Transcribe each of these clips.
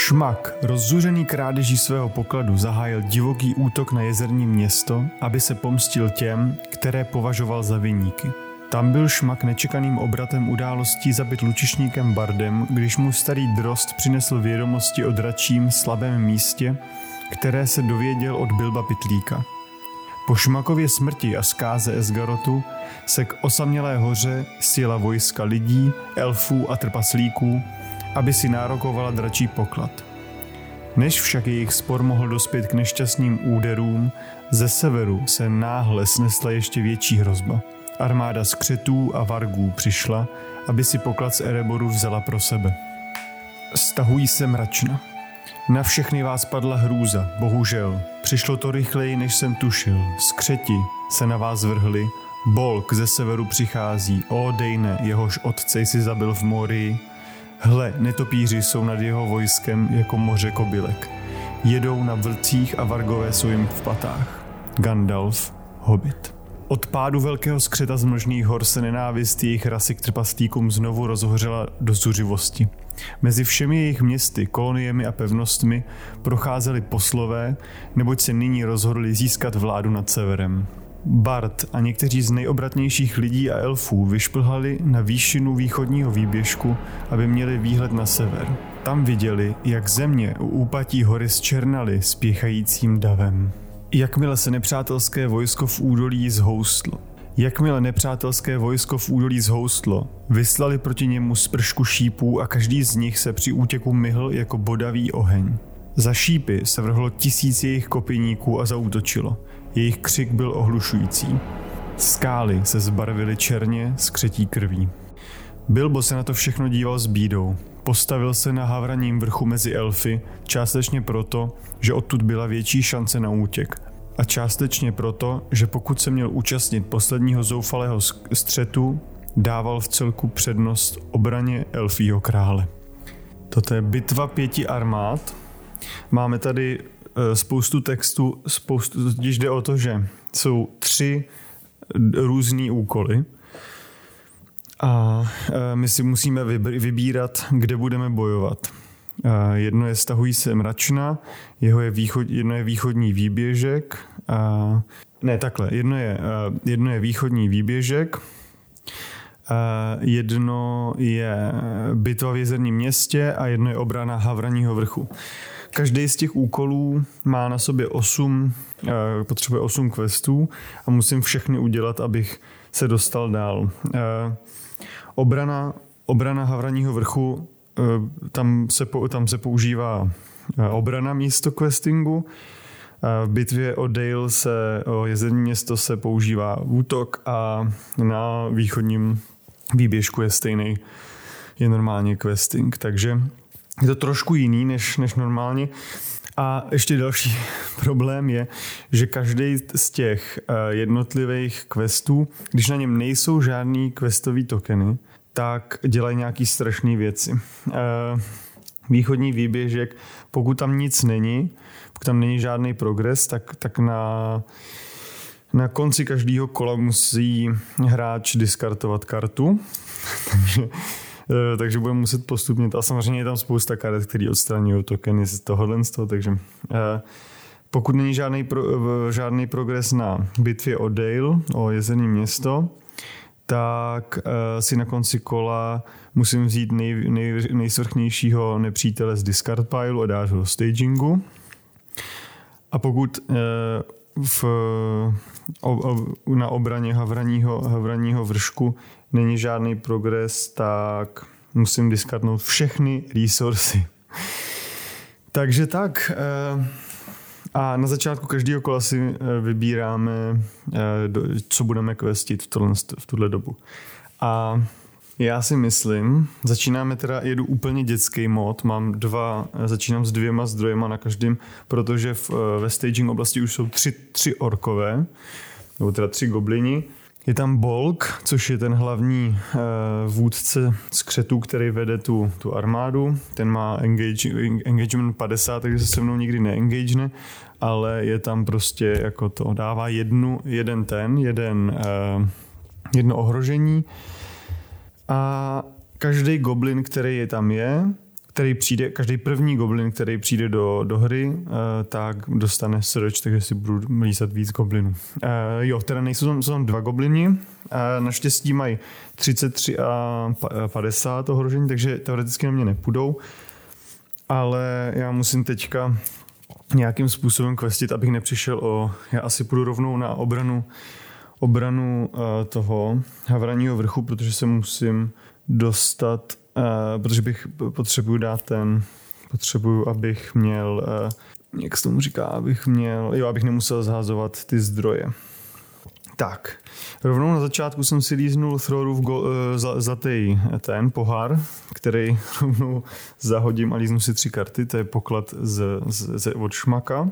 Šmak, rozzuřený krádeží svého pokladu, zahájil divoký útok na jezerní město, aby se pomstil těm, které považoval za viníky. Tam byl Šmak nečekaným obratem událostí zabit lučišníkem Bardem, když mu starý drost přinesl vědomosti o dračím slabém místě, které se dověděl od Bilba Pytlíka. Po Šmakově smrti a zkáze Esgarotu se k osamělé hoře sjela vojska lidí, elfů a trpaslíků, aby si nárokovala dračí poklad. Než však jejich spor mohl dospět k nešťastným úderům, ze severu se náhle snesla ještě větší hrozba. Armáda skřetů a vargů přišla, aby si poklad z Ereboru vzala pro sebe. Stahují se mračna. Na všechny vás padla hrůza, bohužel. Přišlo to rychleji, než jsem tušil. Skřeti se na vás vrhli. Bolk ze severu přichází. O Dejne, jehož otce si zabil v Morii. Hle, netopíři jsou nad jeho vojskem jako moře kobylek. Jedou na vlcích a vargové jsou jim v patách. Gandalf, Hobbit. Od pádu velkého skřeta z množných hor se nenávist jejich rasy k trpaslíkům znovu rozhořela do zuřivosti. Mezi všemi jejich městy, koloniemi a pevnostmi procházeli poslové, neboť se nyní rozhodli získat vládu nad severem. Bard a někteří z nejobratnějších lidí a elfů vyšplhali na výšinu východního výběžku, aby měli výhled na sever. Tam viděli, jak země u úpatí hory zčernaly spěchajícím davem. Jakmile nepřátelské vojsko v údolí zhoustlo, vyslali proti němu spršku šípů a každý z nich se při útěku myhl jako bodavý oheň. Za šípy se vrhlo 1000 jejich kopyníků a zaútočilo. Jejich křik byl ohlušující. Skály se zbarvily černě skřetí krví. Bilbo se na to všechno díval s bídou. Postavil se na Havraním vrchu mezi elfy, částečně proto, že odtud byla větší šance na útěk. A částečně proto, že pokud se měl účastnit posledního zoufalého střetu, dával v celku přednost obraně elfího krále. Toto je bitva 5 armád. Máme tady spoustu textu, když jde o to, že jsou 3 různý úkoly a my si musíme vybírat, kde budeme bojovat. Jedno je stahují se mračna, jedno je východní výběžek, jedno je východní výběžek, jedno je bitva v jezerním městě a jedno je obrana Havraního vrchu. Každý z těch úkolů má na sobě potřebuje 8 questů a musím všechny udělat, abych se dostal dál. Obrana Havraního vrchu, tam se používá obrana místo questingu. V bitvě o jezerní město se používá útok a na východním výběžku je normálně questing, takže je to trošku jiný než normálně. A ještě další problém je, že každý z těch jednotlivých questů, když na něm nejsou žádný questový tokeny, tak dělají nějaký strašný věci. Východní výběžek, pokud tam nic není, pokud tam není žádný progres, tak na konci každého kola musí hráč diskartovat kartu. Takže budeme muset postupně. A samozřejmě je tam spousta karet, které odstraňují tokeny z tohohle. Takže pokud není žádný progres na bitvě o Dale, o jezerní město, tak si na konci kola musím vzít nejsvrchnějšího nepřítele z discard pileu a dát ho do stagingu. A pokud na obraně Havraního vršku není žádný progres, tak musím diskardnout všechny resursy. Takže tak. A na začátku každého kola si vybíráme, co budeme questit v tuhle dobu. A já si myslím, jedu úplně dětský mod, začínám s 2 zdrojema na každém, protože ve staging oblasti už jsou 3 orkové, nebo teda 3 goblini. Je tam Bolk, což je ten hlavní vůdce skřetů, který vede tu armádu. Ten má engagement 50, takže se mnou nikdy neengagene, ale je tam prostě jako to. Dává jedno ohrožení a každý goblin, který tam je, každý první goblin, který přijde do hry, tak dostane search, takže si budu lízat víc goblinů. Teda jsou tam 2 goblini, naštěstí mají 33 a 50 ohrožení, takže teoreticky na mě nepůjdou, ale já musím teďka nějakým způsobem questit, abych nepřišel já asi půjdu rovnou na obranu toho havraního vrchu, protože se musím dostat, protože potřebuju, abych měl, jak se tomu říká, abych nemusel zhazovat ty zdroje. Tak, rovnou na začátku jsem si líznul Throrův zlatý ten pohár, který rovnou zahodím a líznu si 3 karty, to je poklad od Šmaka.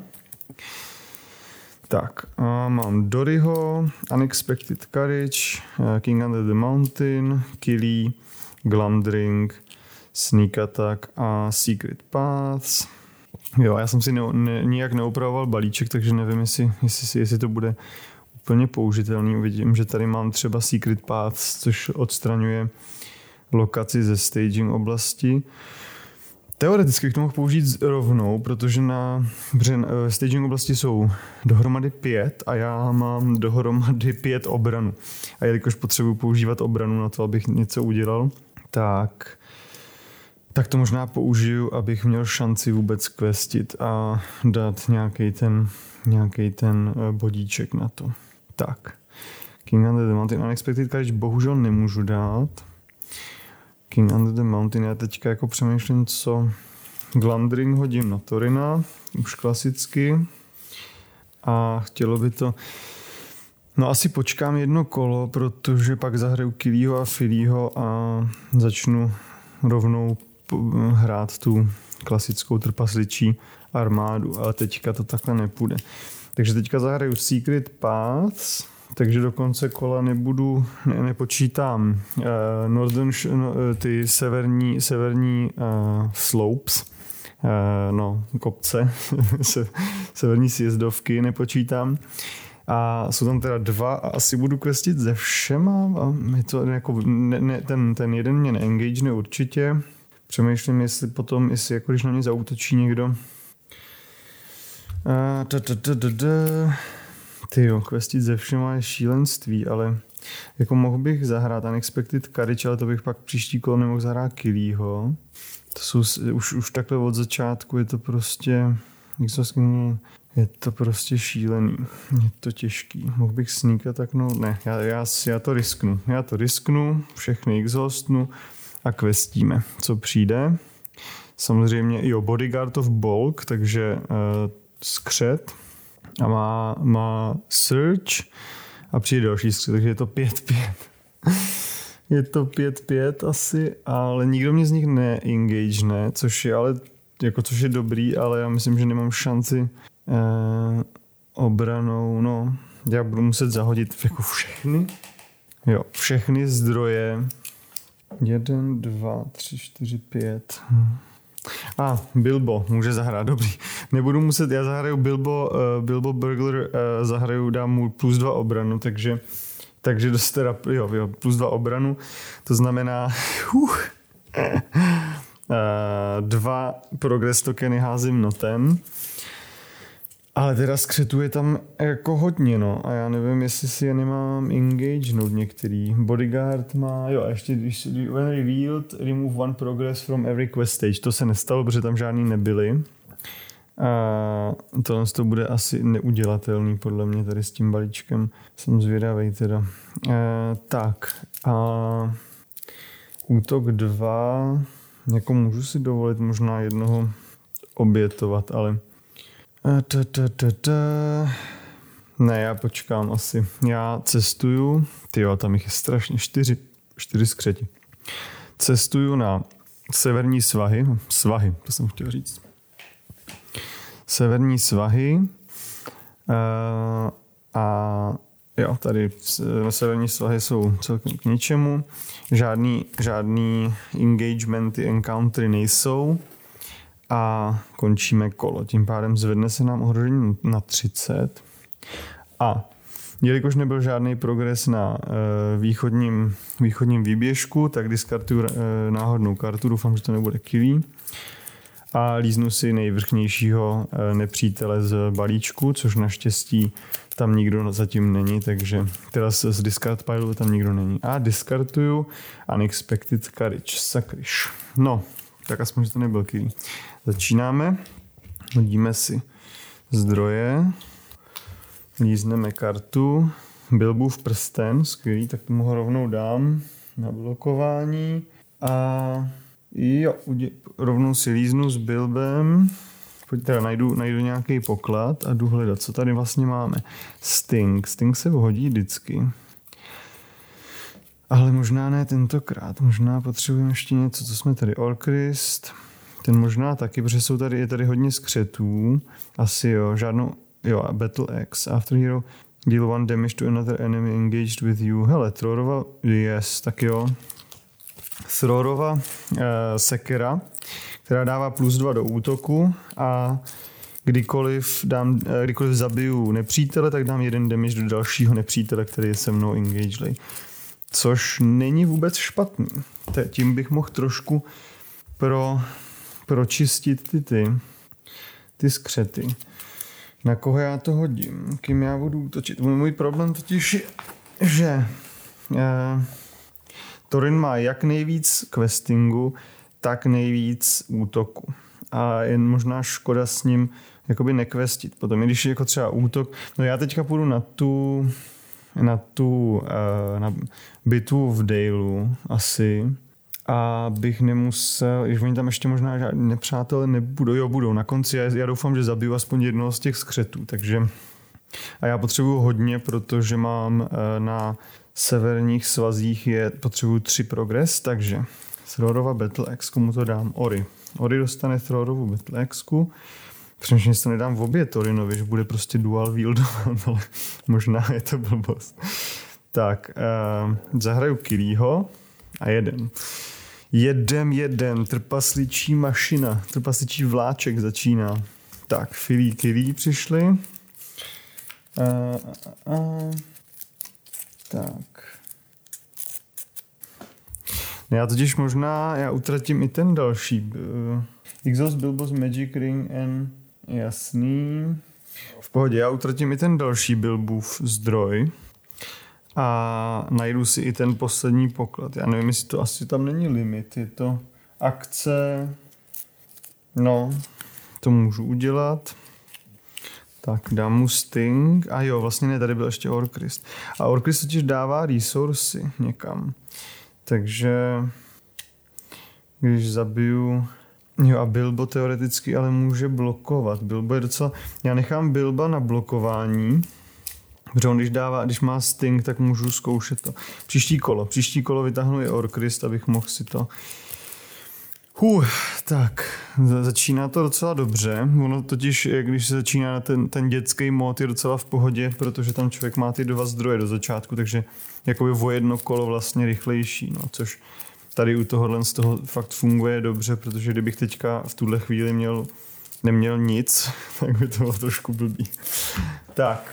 Tak, a mám Doryho, Unexpected Courage, King Under the Mountain, Killy, Glamdring, Sneak Attack a Secret Paths. Jo, já jsem si nijak neupravoval balíček, takže nevím, jestli to bude úplně použitelný. Vidím, že tady mám třeba Secret Paths, což odstraňuje lokaci ze staging oblasti. Teoreticky bych to mohl použít rovnou, protože v staging oblasti jsou dohromady 5 a já mám dohromady 5 obranu. A jelikož potřebuji používat obranu na to, abych něco udělal, tak to možná použiju, abych měl šanci vůbec questit a dát nějaký ten bodíček na to. Tak, King Under the Mountain Unexpected Courage bohužel nemůžu dát. King Under the Mountain, já teďka jako přemýšlím, co Glamdring hodím na Torina, už klasicky. A chtělo by to... No asi počkám 1 kolo, protože pak zahraju Killyho a Fillyho a začnu rovnou hrát tu klasickou trpasličí armádu, ale teďka to takhle nepůjde. Takže teďka zahraju Secret Paths, takže do konce kola nepočítám ty severní slopes, kopce, severní sjezdovky nepočítám. A jsou tam teda 2 a asi budu questit ze všema. A je to jako, ten jeden mě neengagene určitě. Přemýšlím, jestli jako když na mě zaútočí někdo. Tyjo, questit ze všema je šílenství, ale jako mohl bych zahrát Unexpected Courage, ale to bych pak příští kolo nemohl zahrát Killyho. To jsou už takhle od začátku, je to prostě šílený. Je to těžký. Mohl bych sneakat, tak no ne, já to risknu. Všechny exhaustnu a questíme, co přijde. Samozřejmě Bodyguard of Bulk, takže skřet a má search a přijde další skřet, takže je to 5-5. Je to 5-5 asi, ale nikdo mě z nich neengagene, což je dobrý, ale já myslím, že nemám šanci obranou, no. Já budu muset zahodit jako všechny zdroje. 1, 2, 3, 4, 5. Bilbo může zahrát, dobrý. Nebudu muset, já zahraju Bilbo Burglar, dám mu +2 obranu, takže dost teda, +2 obranu, to znamená 2 progress tokeny házím notem, ale teda skřetů je tam jako hodně, no, a já nevím, jestli si je nemám engagenout některý. Bodyguard má, a ještě when revealed, remove 1 progress from every quest stage, to se nestalo, protože tam žádný nebyly. Tohle to bude asi neudělatelný podle mě tady s tím balíčkem. Jsem zvědavej teda. Tak a útok 2, jako můžu si dovolit možná jednoho obětovat, ale ne, já počkám asi. Já cestuju, tam jich je strašně 4 skřeti. Cestuju na severní svahy, to jsem chtěl říct. Severní svahy tady na severní svahy jsou celkem k ničemu. Žádný engagementy, encountery nejsou a končíme kolo. Tím pádem zvedne se nám ohrožení na 30 a Jelikož nebyl žádný progres na východním výběžku, tak diskartuju náhodnou kartu, doufám, že to nebude kilý. A líznu si nejvrchnějšího nepřítele z balíčku, což naštěstí tam nikdo zatím není, takže teda z discard pileu tam nikdo není. A diskartuju Unexpected Courage, sakryš. No, tak aspoň, že to nebyl kilý. Začínáme, hodíme si zdroje, lízneme kartu, Bilbův prsten, skvělý, tak tomu ho rovnou dám na blokování a jo, rovnou si líznu s Bilbem, teda najdu nějaký poklad a jdu hledat, co tady vlastně máme. Sting se vhodí vždycky. Ale možná ne tentokrát, možná potřebujeme ještě něco, co jsme tady, Orcrist, ten možná taky, protože je tady hodně skřetů, asi jo, Battle Axe, after hero, deal one damage to another enemy engaged with you, hele, Throrova, yes, tak jo, Throrova sekera, která dává +2 do útoku a kdykoliv zabiju nepřítele, tak dám 1 damage do dalšího nepřítele, který je se mnou engagelej. Což není vůbec špatný. Tím bych mohl trošku pročistit ty skřety. Na koho já to hodím? Kým já budu útočit? Můj problém totiž je, že Thorin má jak nejvíc questingu, tak nejvíc útoku. A jen možná škoda s ním jakoby nekvestit. Potom, když je jako třeba útok, no já teďka půjdu na bitvu v Daleu asi, a bych nemusel, když oni tam ještě možná žádný nepřátelé budou na konci, já doufám, že zabiju aspoň jednoho z těch skřetů, takže a já potřebuju hodně, protože mám na severních svazích potřebuju 3 progres, takže Throrova Battle Axe, komu to dám? Ori dostane Throrovu Battle Axeku. Přemýšlím, že to nedám v obě Thorinovi, že bude prostě dual wieldovat, ale možná je to blbost. Tak, zahraju Killího a jedem, trpasličí mašina, trpasličí vláček začíná. Tak, Killí přišli. Tak. Já totiž já utratím i ten další. Exhaust Bilbo's Magic Ring and jasný. V pohodě, já utratím i ten další Bilbův zdroj a najdu si i ten poslední poklad. Já nevím, jestli to asi tam není limit, je to akce. No, to můžu udělat. Tak, dám mu Sting. A jo, vlastně ne, tady byl ještě Orcrist. A Orcrist totiž dává resursy někam. Takže když zabiju... Jo, a Bilbo teoreticky ale může blokovat. Bilbo je docela... Já nechám Bilba na blokování, protože on když má Sting, tak můžu zkoušet to. Příští kolo vytáhnu i Orcrist, abych mohl si to... Tak, začíná to docela dobře. Ono totiž, když se začíná na ten dětský mod, je docela v pohodě, protože tam člověk má ty 2 zdroje do začátku, takže jakoby o 1 kolo vlastně rychlejší, no, což tady u tohohle z toho fakt funguje dobře, protože kdybych teďka v tuhle chvíli neměl nic, tak by to bylo trošku blbý. Tak.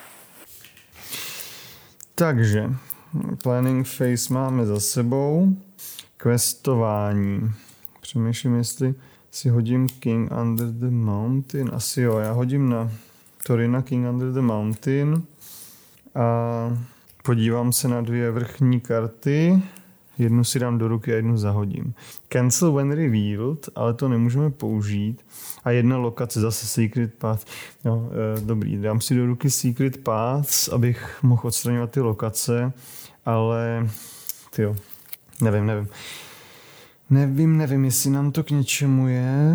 Takže, planning phase máme za sebou. Questování. Přemýšlím, jestli si hodím King Under the Mountain. Asi jo, já hodím na Thorina King Under the Mountain a podívám se na 2 vrchní karty. Jednu si dám do ruky a jednu zahodím. Cancel when revealed, ale to nemůžeme použít. A 1 lokace, zase Secret Path. No, dobrý, dám si do ruky Secret Paths, abych mohl odstraňovat ty lokace, ale Nevím, jestli nám to k něčemu je.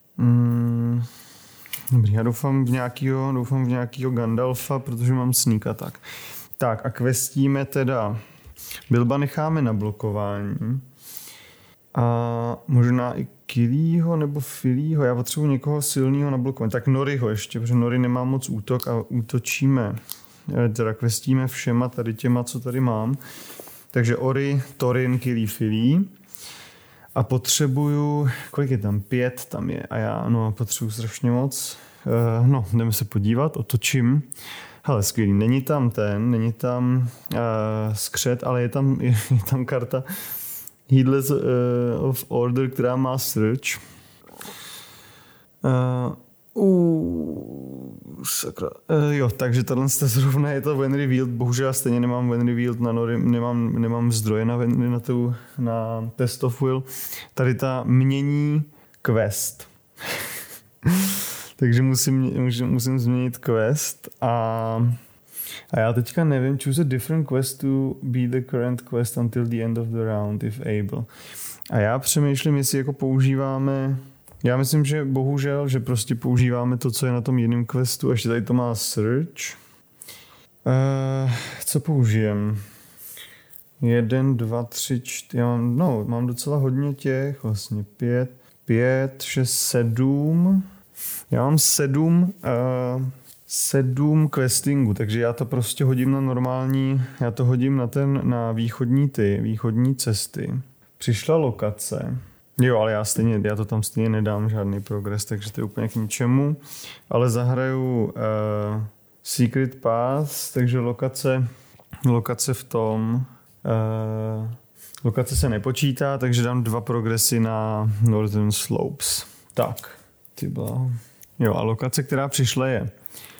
Dobrý, já doufám v nějakýho Gandalfa, protože mám sneak attack. Tak a questíme teda. Bilba necháme na blokování. A možná i Killího nebo Filího. Já potřebuji někoho silného na blokování. Tak Noriho ještě, protože Nori nemá moc útok a útočíme. Teda questíme všema tady těma, co tady mám. Takže Ori, Thorin, Killí, Filí. A potřebuju, kolik je tam? 5 tam je. A já potřebuju strašně moc. Jdeme se podívat, otočím. Hele, skvělý, není tam skřet, ale je tam karta Heedless of Order, která má search. Sakra. Jo, takže tohle zrovna je to when revealed, bohužel já stejně nemám when revealed na Nori, nemám zdroje na Test of Will. Tady ta mění quest. Takže musím změnit quest a já teďka nevím, choose a different quest to be the current quest until the end of the round if able. A já přemýšlím, jestli jako používáme, já myslím, že bohužel, že prostě používáme to, co je na tom jiném questu, a ještě tady to má search. Co použijem? 1, 2, 3, 4, mám docela hodně těch, vlastně 5, 6, 7. Já mám 7 questingů, takže já to prostě hodím na normální, já to hodím na východní cesty. Přišla lokace. Jo, ale já to tam stejně nedám žádný progres, takže to je úplně k ničemu. Ale zahraju Secret Path, takže lokace v tom, lokace se nepočítá, takže dám 2 progresy na Northern Slopes. Tak, ty bláho. Jo, a lokace, která přišla je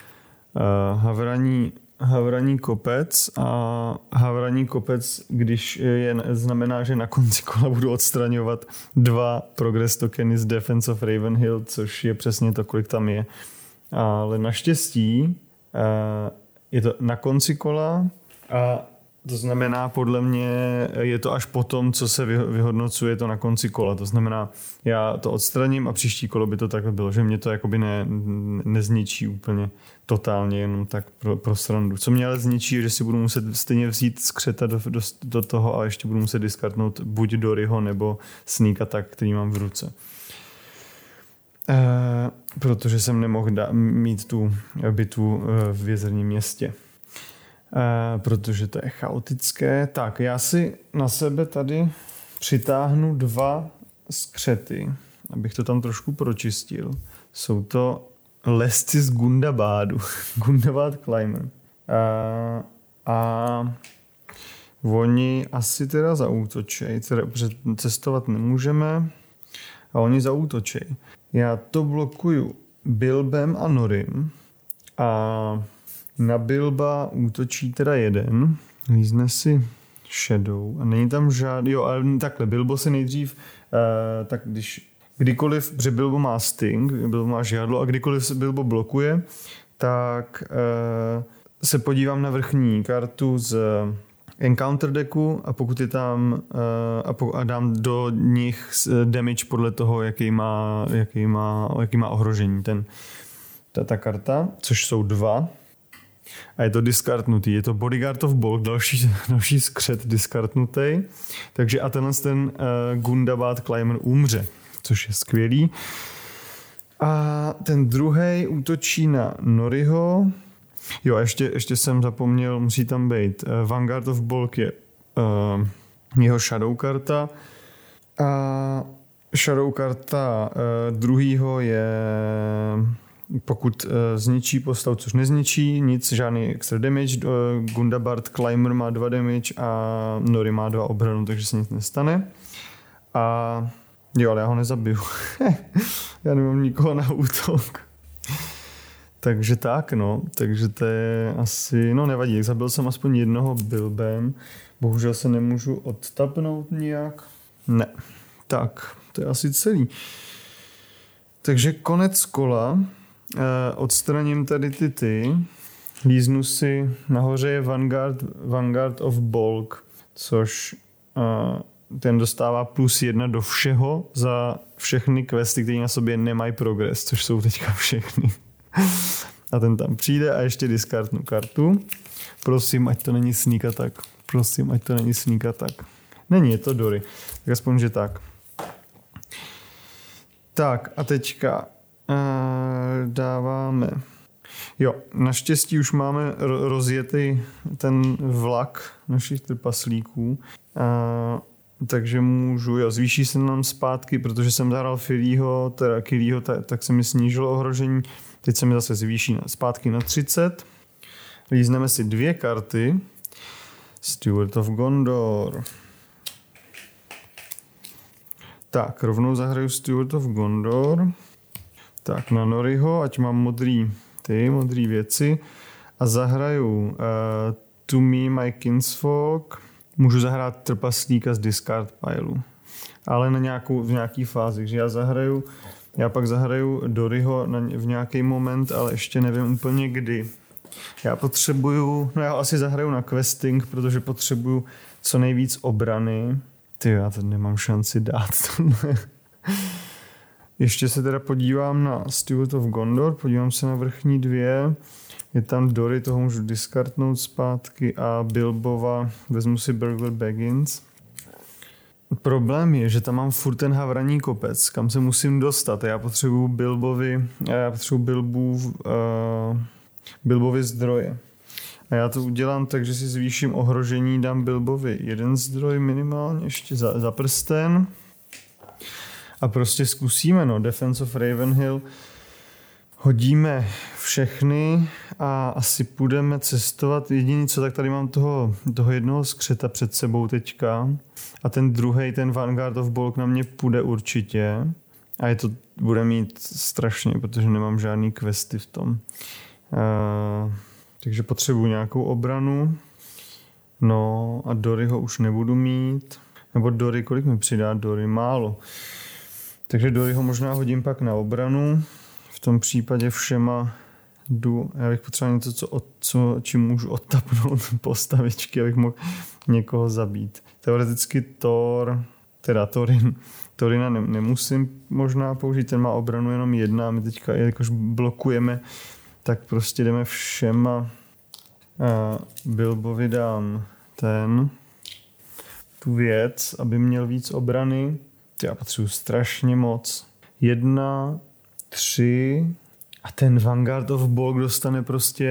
Havraní kopec a Havraní kopec, když znamená, že na konci kola budu odstraňovat 2 progress tokeny z Defense of Ravenhill, což je přesně to, kolik tam je. Ale naštěstí je to na konci kola a to znamená, podle mě je to až potom, co se vyhodnocuje to na konci kola. To znamená, já to odstraním a příští kolo by to takhle bylo, že mě to jakoby nezničí úplně totálně, jenom tak pro srandu. Co mě ale zničí, je, že si budu muset stejně vzít skřeta do toho a ještě budu muset diskartnout buď Doryho nebo Sneak Attack, který mám v ruce. Protože jsem nemohl mít tu bitvu v Jezerním městě. Protože to je chaotické. Tak, já si na sebe tady přitáhnu 2 skřety, abych to tam trošku pročistil. Jsou to lesci z Gundabadu. Gundabad Climber. A oni asi teda zaútočej, protože cestovat nemůžeme a oni zaútočej. Já to blokuju Bilbem a Norim a na Bilba útočí teda jeden, lízne si Shadow a není tam žádný, jo, ale takhle, Bilbo se nejdřív, tak kdykoliv, protože Bilbo má Sting, Bilbo má žádlo a kdykoliv se Bilbo blokuje, tak se podívám na vrchní kartu z Encounter decku a pokud je tam a dám do nich damage podle toho, jaký má ohrožení ta karta, což jsou 2. A je to diskartnutý. Je to Bodyguard of Bolg, další skřet diskartnutý. Takže a ten Gundabad Climber umře, což je skvělý. A ten druhej útočí na Noriho. Jo, ještě jsem zapomněl, musí tam být. Vanguard of Bolg je jeho shadow karta. A shadow karta druhýho je pokud zničí postavu, což nezničí, nic, žádný extra damage. Gundabad Climber má 2 damage a Nori má 2 obranu, takže se nic nestane. A jo, ale já ho nezabiju. Já nemám nikoho na útok. Takže tak, no. Takže to je asi, no nevadí, zabil jsem aspoň jednoho Bilbem. Bohužel se nemůžu odtapnout nijak. Ne. Tak, to je asi celý. Takže konec kola. Odstraním tady ty. Líznu si, nahoře je Vanguard of Bolg, což ten dostává +1 do všeho za všechny questy, které na sobě nemají progres, což jsou teďka všechny. A ten tam přijde a ještě diskartnu kartu. Prosím, ať to není Sneak Attack. Není, je to Dory. Tak aspoň, že tak. Tak a teďka dáváme. Jo, naštěstí už máme rozjetý ten vlak našich trpaslíků. Takže můžu, zvýší se nám zpátky, protože jsem zahrál Killího, tak se mi snížilo ohrožení. Teď se mi zase zvýší zpátky na 30. Lízneme si 2 karty. Steward of Gondor. Tak, rovnou zahraju Steward of Gondor. Tak, na Noriho, ať mám modrý věci. A zahraju To Me, My Kinsfolk. Můžu zahrát trpaslíka z discard pileu. Ale v nějaký fázi. Takže já pak zahraju Doryho v nějaký moment, ale ještě nevím úplně kdy. Já asi zahraju na questing, protože potřebuju co nejvíc obrany. Já to nemám šanci dát. Ještě se teda podívám na Steward of Gondor, podívám se na vrchní 2. Je tam Dory, toho můžu discardnout zpátky a Bilbova, vezmu si Burglar Baggins. Problém je, že tam mám furt ten havraní kopec, kam se musím dostat. Já potřebuju Bilbovi zdroje. A já to udělám tak, že si zvýším ohrožení, dám Bilbovi 1 zdroj minimálně ještě za prsten. A prostě zkusíme, Defense of Ravenhill. Hodíme všechny a asi půjdeme cestovat. Jediný co, tak tady mám toho jednoho skřeta před sebou teďka. A ten druhej, ten Vanguard of Bolg na mě půjde určitě. A bude mít strašně, protože nemám žádný questy v tom. Takže potřebuji nějakou obranu. No a Doryho už nebudu mít. Nebo Dory, kolik mi přidá Dory? Málo. Takže Doryho možná hodím pak na obranu. V tom případě všema já bych potřeboval něco, čím můžu odtapnout postavičky, abych mohl někoho zabít. Teoreticky Torina nemusím možná použít, ten má obranu jenom 1 a my teďka, jakož blokujeme, tak prostě jdeme všema. Bilbovi dám tu věc, aby měl víc obrany. Já potřebuji strašně moc. 1, 3 a ten Vanguard of Bolg dostane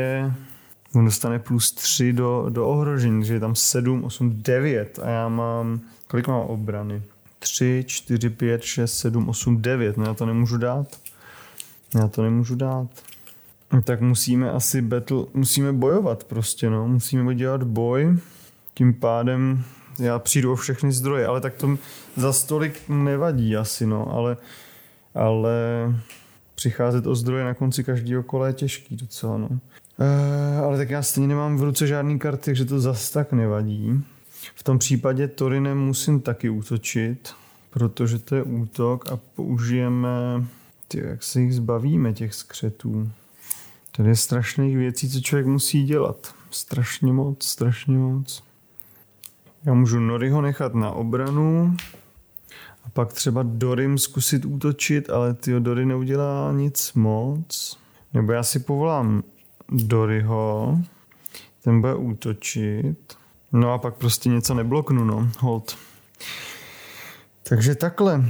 +3 do ohrožení, takže je tam 7, 8, 9 a já mám, kolik mám obrany? 3, 4, 5, 6, 7, 8, 9, no já to nemůžu dát. Tak musíme bojovat prostě, musíme dělat boj, tím pádem já přijdu o všechny zdroje, ale tak to za stolik nevadí asi, ale přicházet o zdroje na konci každého kola je těžký docela, ale tak já stejně nemám v ruce žádný karty, takže to zas tak nevadí. V tom případě Torinem musím taky útočit, protože to je útok a použijeme, jak se jich zbavíme, těch skřetů. Tady je strašných věcí, co člověk musí dělat. Strašně moc. Já můžu Noriho nechat na obranu a pak třeba Dorym zkusit útočit, ale Dory neudělá nic moc. Nebo já si povolám Doryho, ten bude útočit. No a pak prostě něco nebloknu, hold. Takže takhle.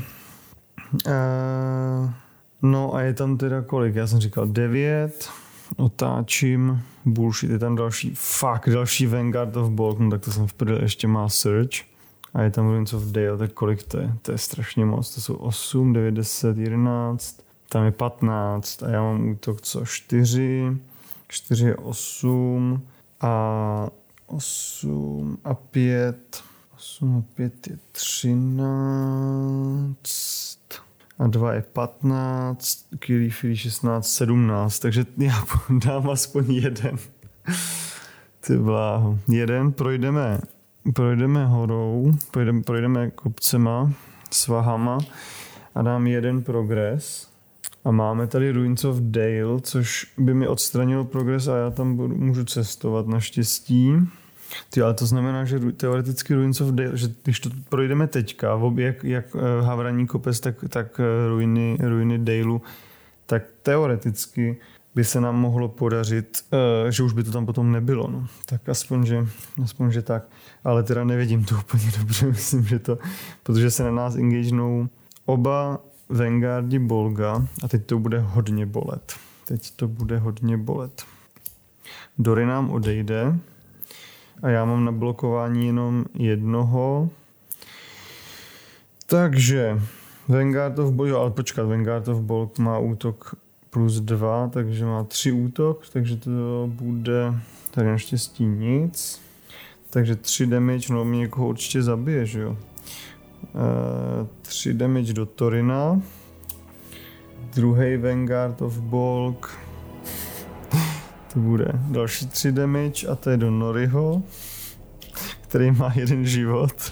No a je tam teda kolik? Já jsem říkal 9. Otáčím. Bullshit, je tam další Vanguard of Bolg, no tak to jsem v prdeli, ještě má Search. A je tam Ruins of Dale, tak kolik to je? To je strašně moc. To jsou 8, 9, 10, 11. Tam je 15 a já mám útok 4. 4 je 8 a 8 a 5. 8 a 5 je 13. A 2 je 15. Kili 16, 17. Takže já dám aspoň 1. Ty bláho. 1, projdeme horou, projdeme kopcema, svahama a dám 1 progres. A máme tady Ruins of Dale, což by mi odstranilo progres a já tam můžu cestovat naštěstí. Ale to znamená, že teoreticky Ruins of Dale, že když to projdeme teďka, jak Havraní kopec, tak ruiny Daleu, tak teoreticky by se nám mohlo podařit, že už by to tam potom nebylo. Tak aspoň, že tak. Ale teda nevidím to úplně dobře, myslím, že to, protože se na nás engagenou oba Vanguardi Bolga a teď to bude hodně bolet. Dory nám odejde a já mám na blokování jenom 1. Takže Vanguard of Bolg má útok +2, takže má 3 útok, takže to bude Tady naštěstí nic. Takže 3 damage, no mě někoho určitě zabije, že jo. 3 damage do Torina. Druhý Vanguard of Bulk. To bude další 3 damage a to je do Noriho, který má 1 život.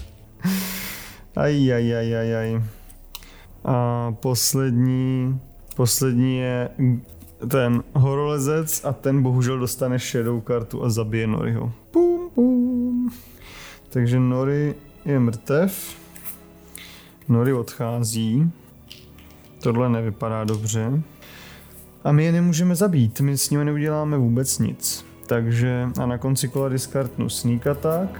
Aj. A poslední je ten horolezec a ten bohužel dostane shadow kartu a zabije Noriho. Pum. Takže Nori je mrtev. Nori odchází. Tohle nevypadá dobře. A my je nemůžeme zabít, my s nimi neuděláme vůbec nic. Takže a na konci kola discardnu sneak attack.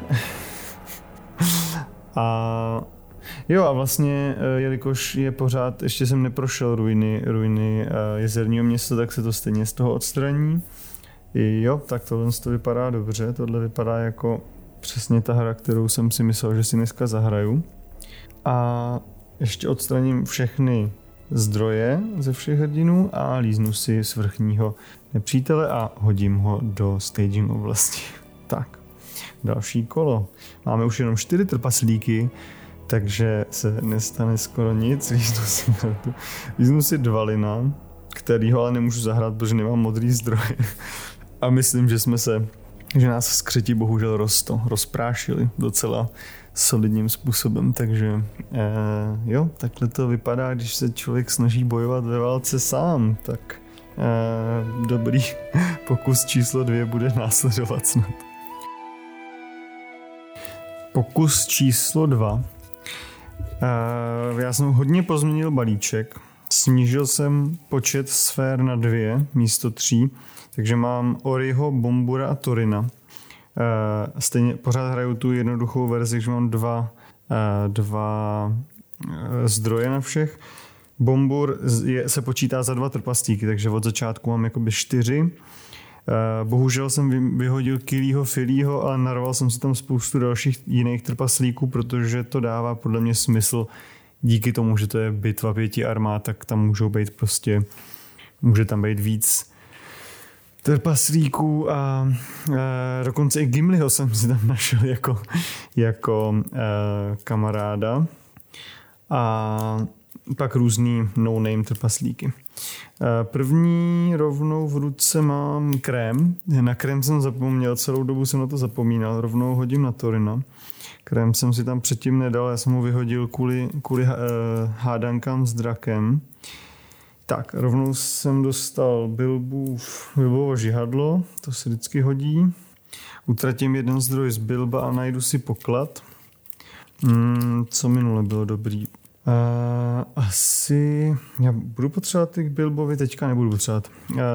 A jo a vlastně, jelikož je pořád, ještě jsem neprošel ruiny jezerního města, tak se to stejně z toho odstraní. Jo, tak tohle to vypadá dobře, tohle vypadá jako přesně ta hra, kterou jsem si myslel, že si dneska zahraju. A ještě odstraním všechny zdroje ze všech hrdinů a líznu si svrchního nepřítele a hodím ho do staging oblasti. Tak, další kolo. Máme už jenom 4 trpaslíky, takže se nestane skoro nic. Líznu si Dvalina, kterýho ale nemůžu zahrát, protože nemám modrý zdroje. A myslím, že nás skřeti bohužel rozprášili docela solidním způsobem, takže jo, takhle to vypadá, když se člověk snaží bojovat ve válce sám, tak dobrý pokus číslo 2 bude následovat snad. Pokus číslo 2. Já jsem hodně pozměnil balíček, snížil jsem počet sfér na 2 místo 3, takže mám Oriho, Bombura a Torina. Stejně pořád hraju tu jednoduchou verzi, že mám dva zdroje na všech. Bombur se počítá za 2 trpaslíky, takže od začátku mám jakoby 4. Bohužel jsem vyhodil Killyho, Fillyho, ale narval jsem si tam spoustu dalších jiných trpaslíků, protože to dává podle mě smysl díky tomu, že to je bitva 5 armád, tak tam může tam být víc trpaslíků a dokonce i Gimliho jsem si tam našel jako kamaráda a pak různý no-name trpaslíky. První rovnou v ruce mám Krém. Na Krém jsem zapomněl, celou dobu jsem na to zapomínal. Rovnou hodím na Torina. Krém jsem si tam předtím nedal, já jsem ho vyhodil kvůli hádankám s drakem. Tak, rovnou jsem dostal Bilbovo žihadlo, to se vždycky hodí. Utratím 1 zdroj z Bilba a najdu si poklad. Co minule bylo dobrý? Asi... Já budu potřebovat ty Bilbovi, teďka nebudu potřebovat.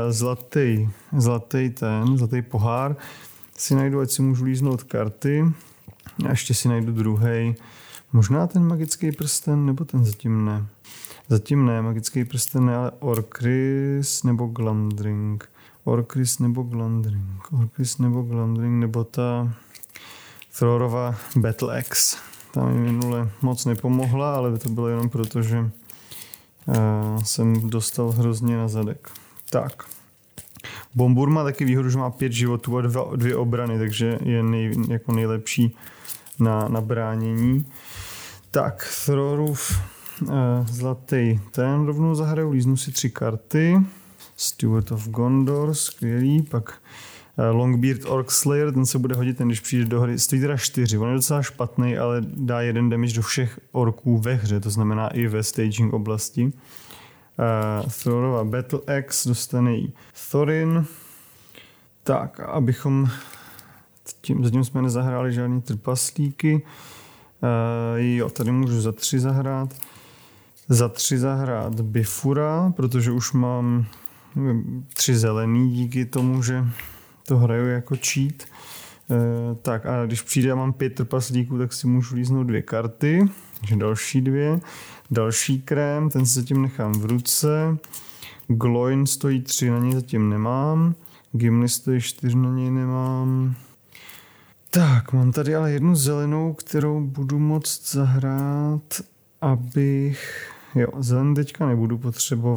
Zlatý pohár si najdu, ať si můžu líznout karty. A ještě si najdu druhej. Možná ten magický prsten, nebo ten zatím ne. Zatím ne, magický prsten ne, ale Orcris nebo Glamdring. Orcris nebo Glamdring, nebo ta Thorova Battle Axe. Ta mi minule moc nepomohla, ale to bylo jenom proto, že jsem dostal hrozně na zadek. Tak. Bombur má taky výhodu, že má 5 životů a 2 obrany, takže je jako nejlepší na bránění. Tak, Thorův zlatý ten rovnou zahraju, líznu si 3 karty. Steward of Gondor, skvělý, pak Longbeard Orcslayer, ten se bude hodit, když přijde do hry. Stojí teda 4, on je docela špatný, ale dá 1 damage do všech orků ve hře, to znamená i ve staging oblasti. Thorova Battle Axe dostane i Thorin. Tak, abychom zatím jsme nezahráli žádný trpaslíky. Jo, tady můžu za 3 zahrát. Za 3 zahrát Bifura, protože už mám 3 zelený díky tomu, že to hraju jako cheat. Tak a když přijde a mám 5 trpaslíků, tak si můžu líznout 2 karty. Takže další 2. Další Krém, ten si zatím nechám v ruce. Gloin stojí 3, na něj zatím nemám. Gimli stojí 4, na něj nemám. Tak, mám tady ale 1 zelenou, kterou budu moct zahrát, abych... Jo, zelený teďka nebudu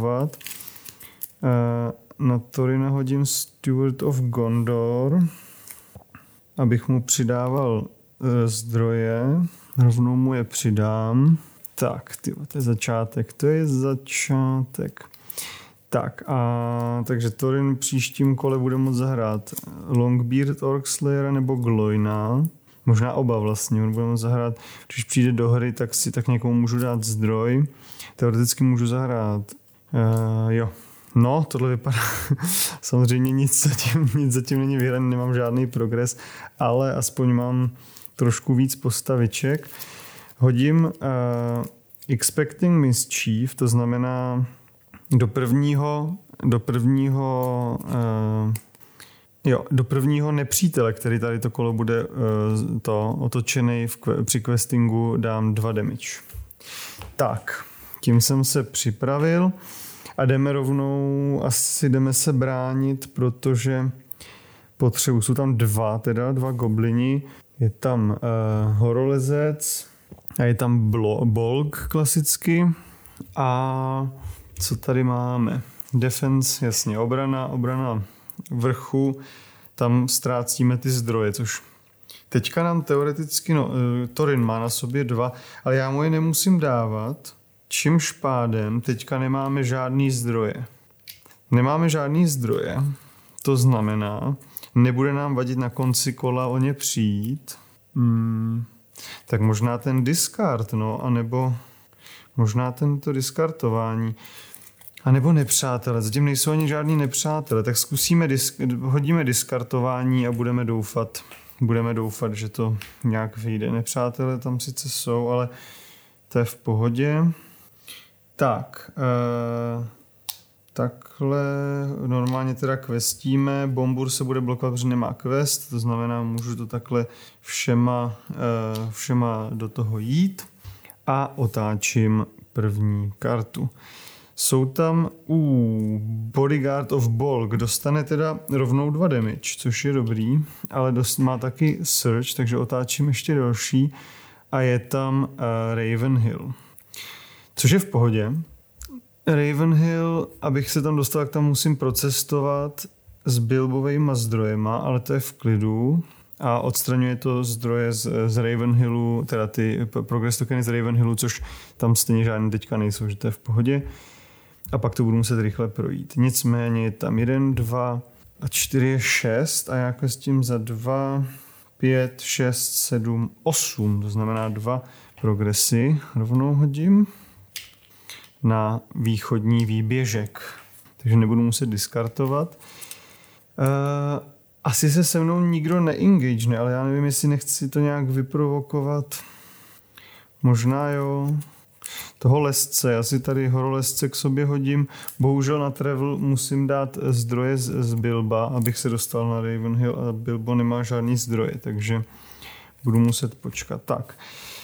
potřebovat. Na Torina hodím Steward of Gondor. abych mu přidával zdroje. Rovnou mu je přidám. Tak, to je začátek. Tak a takže Thorin příštím kole bude moct zahrát Longbeard Orcslayera nebo Gloina. Možná oba vlastně, on bude moct zahrát, když přijde do hry, tak někomu můžu dát zdroj. Teoreticky můžu zahrát, tohle vypadá, samozřejmě nic zatím není vyhraný, nemám žádný progres, ale aspoň mám trošku víc postaviček. Hodím Expecting Mischief, to znamená do prvního nepřítele, který tady to kolo bude otočený při questingu, dám 2 damage. Tak, tím jsem se připravil a jdeme se bránit, protože jsou tam dva goblini, je tam horolezec a je tam bolg klasicky a co tady máme? Defense, jasně, obrana vrchu, tam ztrácíme ty zdroje, což teďka nám teoreticky, Thorin má na sobě 2, ale já mu je nemusím dávat, čímž pádem teďka nemáme žádný zdroje. To znamená, nebude nám vadit na konci kola o ně přijít. Tak možná ten discard, anebo možná tento diskartování. A nebo nepřátelé. Zatím nejsou ani žádný nepřátelé. Tak hodíme diskartování a budeme doufat, že to nějak vyjde. Nepřátelé tam sice jsou, ale to je v pohodě. Tak, takhle normálně teda questíme. Bombur se bude blokovat, protože nemá quest, to znamená, můžu to takhle všema do toho jít a otáčím první kartu. Jsou tam Bodyguard of Bolg, dostane teda rovnou 2 damage, což je dobrý, ale má taky Search, takže otáčím ještě další a je tam Ravenhill, což je v pohodě. Ravenhill, abych se tam dostal, tak tam musím procestovat s Bilbovejma zdrojema, ale to je v klidu a odstraňuje to zdroje z Ravenhillu, teda ty progress tokeny z Ravenhillu, což tam stejně žádný teďka nejsou, že to je v pohodě. A pak to budu muset rychle projít. Nicméně je tam 1, 2 a 4 je 6 a já s tím za 2, 5, 6, 7, 8, to znamená 2 progresy. Rovnou hodím na východní výběžek. Takže nebudu muset diskartovat. Asi se mnou nikdo neengagene, ale já nevím, jestli nechci to nějak vyprovokovat. Možná jo. Toho lesce, já si tady horolezce k sobě hodím. Bohužel na travel musím dát zdroje z Bilba, abych se dostal na Ravenhill a Bilbo nemá žádný zdroje, takže budu muset počkat. Tak,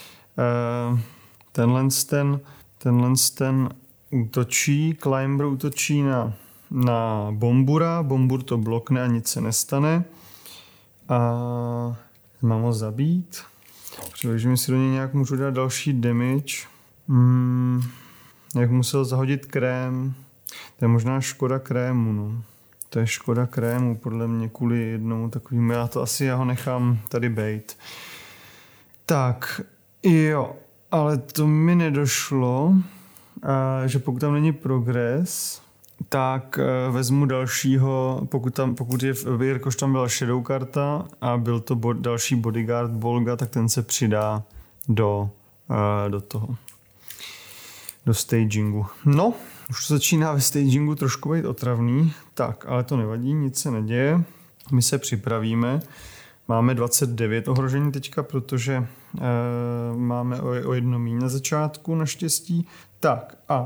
tenhle útočí, Climber útočí na Bombura, Bombur to blokne a nic se nestane. A mám ho zabít. Protože si do něj nějak můžu dát další damage. Jak musel zahodit krém. To je možná škoda krému, To je škoda krému, podle mě, kvůli jednomu takovému. Já ho nechám tady bejt. Tak, jo, ale to mi nedošlo, že pokud tam není progres, tak vezmu dalšího, jakož tam byla shadow karta a byl to další bodyguard Bolga, tak ten se přidá do stagingu. No, už to začíná ve stagingu trošku být otravný, tak, ale to nevadí, nic se neděje. My se připravíme. Máme 29 ohrožení teďka, protože máme o 1 míň na začátku naštěstí. Tak a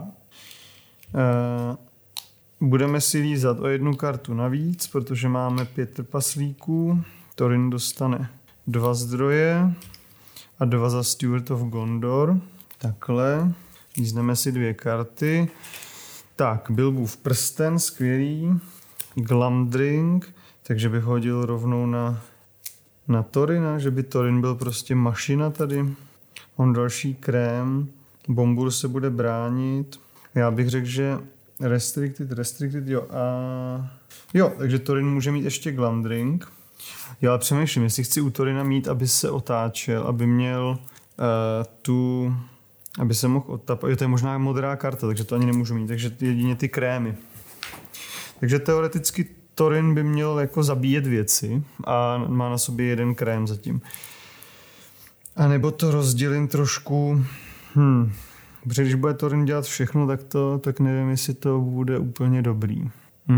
budeme si lízat o 1 kartu navíc, protože máme 5 trpaslíků. Thorin dostane 2 zdroje a 2 za Steward of Gondor. Takhle. Lízneme si 2 karty. Tak, Bilbův prsten, skvělý. Glamdring, takže bych hodil rovnou na Thorina, že by Thorin byl prostě mašina tady. Mám další krém. Bombur se bude bránit. Já bych řekl, že restricted, jo. Jo, takže Thorin může mít ještě Glamdring. Já ale přemýšlím, jestli chci u Torina mít, aby se otáčel, aby měl aby se mohl otápat. To je možná modrá karta, takže to ani nemůžu mít, takže jedině ty krémy. Takže teoreticky Torin by měl jako zabíjet věci a má na sobě jeden krém zatím. A nebo to rozdělím trošku, protože když bude Torin dělat všechno, tak nevím, jestli to bude úplně dobrý.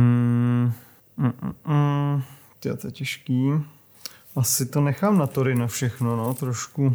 To je těžký. Asi to nechám na Torina všechno, no, trošku.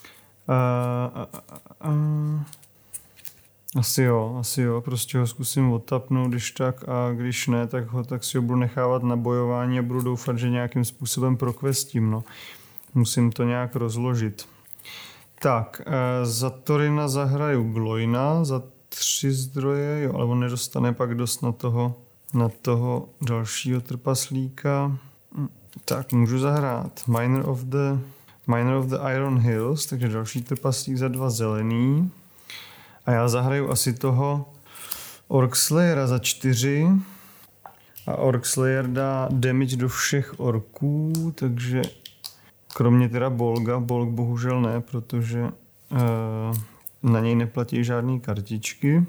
Asi jo, prostě ho zkusím odtapnout, když tak, a když ne, tak si ho budu nechávat na bojování a budu doufat, že nějakým způsobem prokvestím, no. Musím to nějak rozložit. Tak, za Torina zahraju Gloina za 3 zdroje, jo, ale on nedostane pak dost na toho dalšího trpaslíka. Tak, můžu zahrát Miner of the Iron Hills, takže další trpaslík za 2 zelený. A já zahraju asi toho Orcslayera za 4. A Orcslayer dá damage do všech orků, takže kromě teda Bolg bohužel ne, protože na něj neplatí žádný kartičky.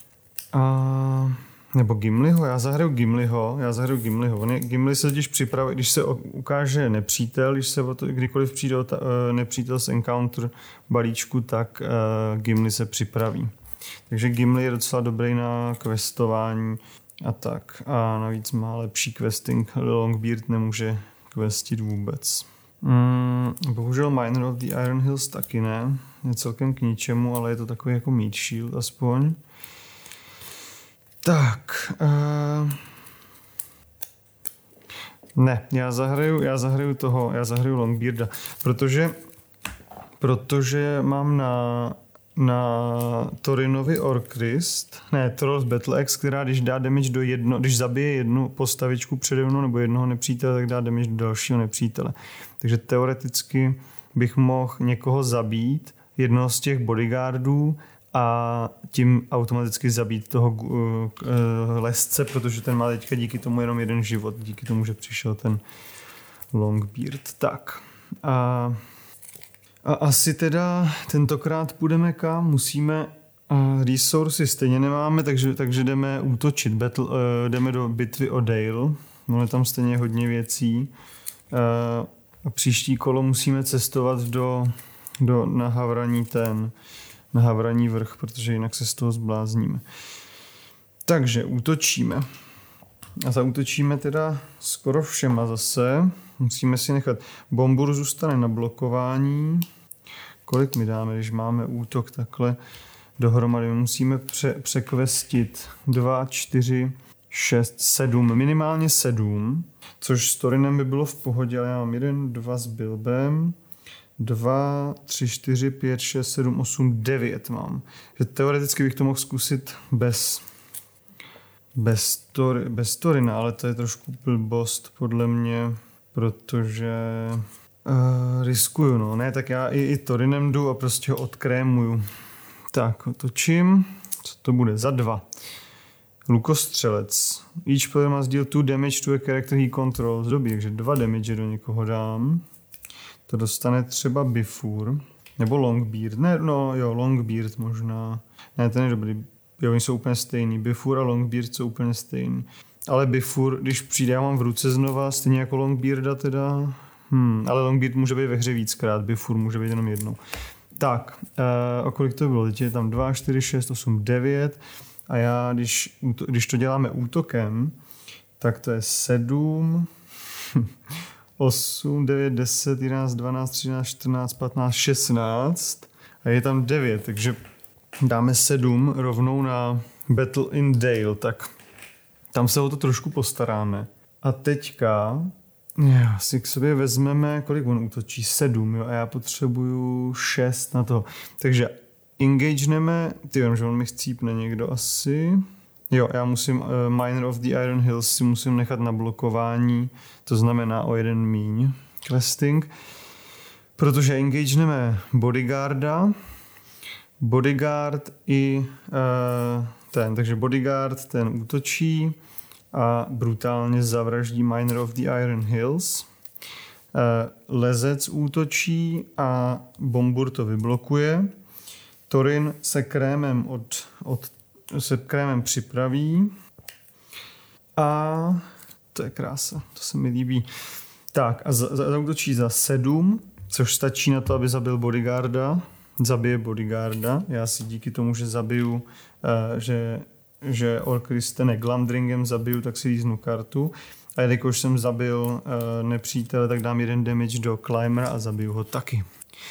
Nebo Gimliho, já zahraju Gimliho. Gimli se totiž připraví, když se ukáže nepřítel, kdykoliv přijde nepřítel z encounter balíčku, tak Gimli se připraví. Takže Gimli je docela dobrý na questování a tak. A navíc má lepší questing. Longbeard nemůže questit vůbec. Bohužel Miner of the Iron Hills taky ne. Je celkem k ničemu, ale je to takový jako meat shield aspoň. Tak. Ne, já zahraju Longbearda, protože mám na Torinovi Orcrist, ne, Trolls Battle Axe, která když dá damage když zabije jednu postavičku přede mnou nebo jednoho nepřítele, tak dá damage do dalšího nepřítele. Takže teoreticky bych mohl někoho zabít, jednoho z těch bodyguardů, a tím automaticky zabít toho lesce, protože ten má teďka díky tomu jenom jeden život, díky tomu, že přišel ten Longbeard. Tak. A asi teda tentokrát půjdeme kam? Musíme resources stejně nemáme, takže jdeme útočit. Jdeme do bitvy o Dale. Máme tam stejně hodně věcí. A příští kolo musíme cestovat na Havraní vrch, protože jinak se z toho zblázníme. Takže útočíme. A zaútočíme teda skoro všema zase. Musíme si nechat. Bombur zůstane na blokování. Kolik mi dáme, když máme útok takhle dohromady? Musíme překvestit 2, 4, 6, 7, minimálně 7, což s Torinem by bylo v pohodě, ale já mám 1, 2 s Bilbem, 2, 3, 4, 5, 6, 7, 8, 9 mám. Že teoreticky bych to mohl zkusit bez Torina, ale to je trošku blbost podle mě, protože riskuju, no. Ne, tak já i Torinem jdu a prostě ho odkrémuju. Tak, otočím. Co to bude? Za 2. Lukostřelec. Each player must deal 2 damage to a character he controls. Dobrý, takže 2 damage do někoho dám. To dostane třeba Bifur. Nebo Longbeard. Ne, no jo, Longbeard možná. Ne, ten je dobrý. Jo, oni jsou úplně stejný. Bifur a Longbeard jsou úplně stejný. Ale Bifur, když přijde, já mám v ruce znova, stejně jako Longbearda teda. Ale Longbeard může být ve hře víckrát. Bifur může být jenom jednou. Tak, o kolik to bylo? Teď je tam 2, 4, 6, 8, 9. A já, když to děláme útokem, tak to je 7, 8, 9, 10, 11, 12, 13, 14, 15, 16 a je tam 9, takže dáme 7 rovnou na Battle in Dale, tak tam se o to trošku postaráme. A teďka si k sobě vezmeme, kolik on útočí? 7, jo, a já potřebuju 6 na to. Takže engageneme, že on mi chcípne někdo asi. Jo, já musím Miner of the Iron Hills si musím nechat na blokování, to znamená o 1 míň questing, protože engageneme bodyguarda, bodyguard i takže bodyguard ten útočí a brutálně zavraždí Miner of the Iron Hills. Lezec útočí a Bombur to vyblokuje. Thorin se krémem připraví a to je krása, to se mi líbí. Tak a zaútočí za 7, což stačí na to, aby zabil bodyguarda. Zabije bodyguarda. Já si díky tomu, že zabiju, že Orcristene Glamdringem zabiju, tak si líznu kartu. A jelikož jsem zabil nepřítele, tak dám 1 damage do Climbera a zabiju ho taky.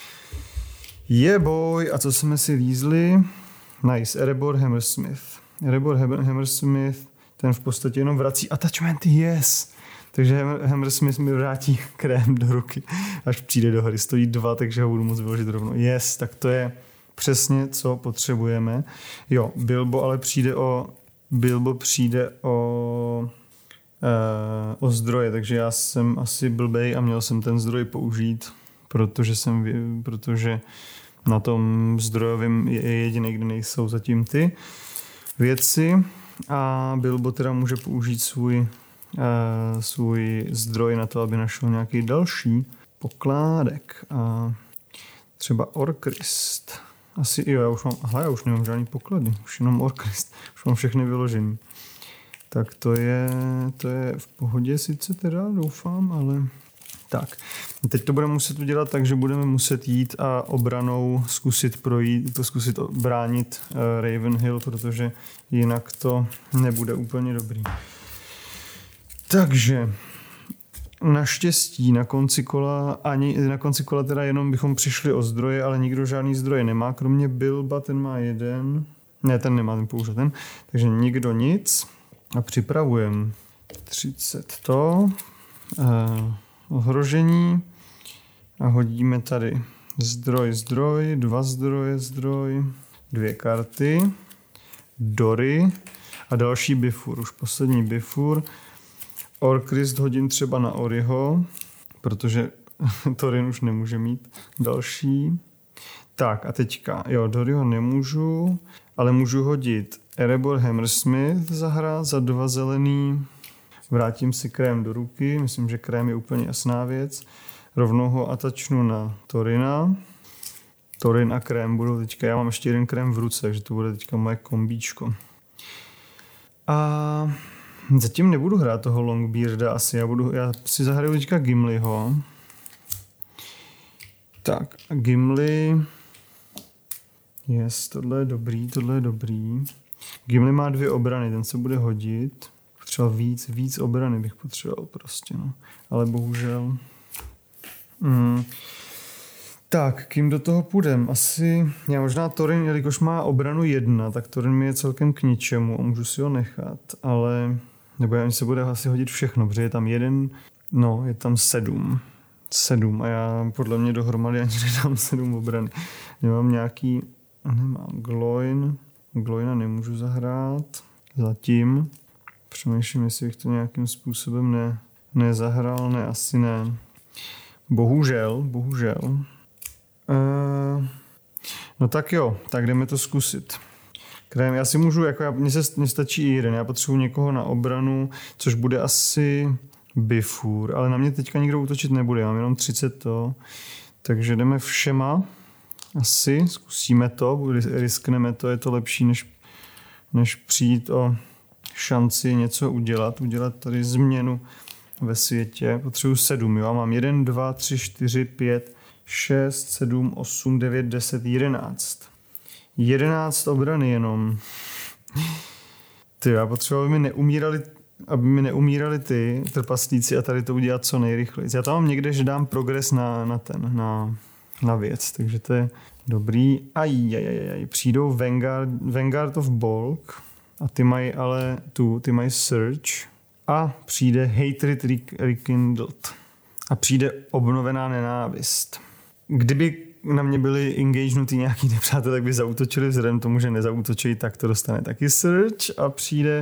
Boj, a co jsme si lízli? Nice, Erebor Hammersmith. Erebor Hammersmith, ten v podstatě jenom vrací attachmenty, yes! Takže Hammersmith mi vrátí krém do ruky, až přijde do hry. Stojí 2, takže ho budu moct vyložit rovnou. Yes, tak to je přesně, co potřebujeme. Jo, Bilbo ale přijde o zdroje, takže já jsem asi blbej a měl jsem ten zdroj použít, protože na tom zdrojovém je jediný, kde nejsou zatím ty věci a Bilbo teda může použít svůj zdroj na to, aby našel nějaký další pokládek. A třeba Orcrist. Asi jo, já už nemám žádný poklady, už jenom Orcrist. Už mám všechny vyložený. Tak to je v pohodě sice teda, doufám, ale tak. Teď to budeme muset udělat tak, že budeme muset jít a obranou zkusit bránit Ravenhill, protože jinak to nebude úplně dobrý. Takže naštěstí na konci kola teda jenom bychom přišli o zdroje, ale nikdo žádný zdroje nemá, kromě Bilba, ten má 1. Ne, ten nemá, ten použil ten. Takže nikdo nic. A připravujeme 30 ohrožení a hodíme tady zdroj, 2 zdroj, 2 karty, Dory a další Bifur, už poslední Bifur. Orcrist hodím třeba na Oriho, protože Thorin už nemůže mít další. Tak a teďka, Doryho nemůžu, ale můžu hodit Erebor Hammersmith zahrát za 2 zelený. Vrátím si krém do ruky, myslím, že krém je úplně jasná věc. Rovnou ho atačnu na Thorina. Thorin a krém budou teďka, já mám ještě 1 krém v ruce, takže to bude teďka moje kombíčko. A zatím nebudu hrát toho Longbearda asi, já si zahraju teďka Gimliho. Tak a Gimli, tohle je dobrý. Gimli má 2 obrany, ten se bude hodit. Potřeboval víc obrany bych potřeboval prostě, no. Ale bohužel. Tak, kým do toho půjdem? Asi, já možná Thorin, jelikož má obranu 1, tak Thorin mi je celkem k ničemu a můžu si ho nechat, ale nebo já se bude asi hodit všechno, protože je tam 1, je tam 7 a já podle mě dohromady ani nedám 7 obrany. Nemám Gloina nemůžu zahrát zatím. Přemýšlím, jestli bych to nějakým způsobem nezahrál, asi ne. Bohužel. No tak jo, tak jdeme to zkusit. Krém, já si můžu, mně stačí i 1, já potřebuji někoho na obranu, což bude asi Bifur, ale na mě teďka nikdo útočit nebude, já mám jenom 30 takže jdeme všema, asi, zkusíme to, riskneme to, je to lepší, než přijít o šanci něco udělat tady změnu ve světě. Potřebuji 7, jo, mám 1, 2, 3, 4, 5, 6, 7, 8, 9, 10, 11. 11 obrany jenom. Já potřebuji, aby mi neumírali ty trpaslíci a tady to udělat co nejrychleji. Já tam mám někde, že dám progres na věc, takže to je dobrý. Přijdou Vanguard of Bolg a ty mají ale ty mají Search a přijde Hatred Rekindled a přijde obnovená nenávist. Kdyby na mě byli engagenutý nějaký nepřátelé, tak by zaútočili, vzhledem tomu, že nezaútočí, tak to dostane taky Search a přijde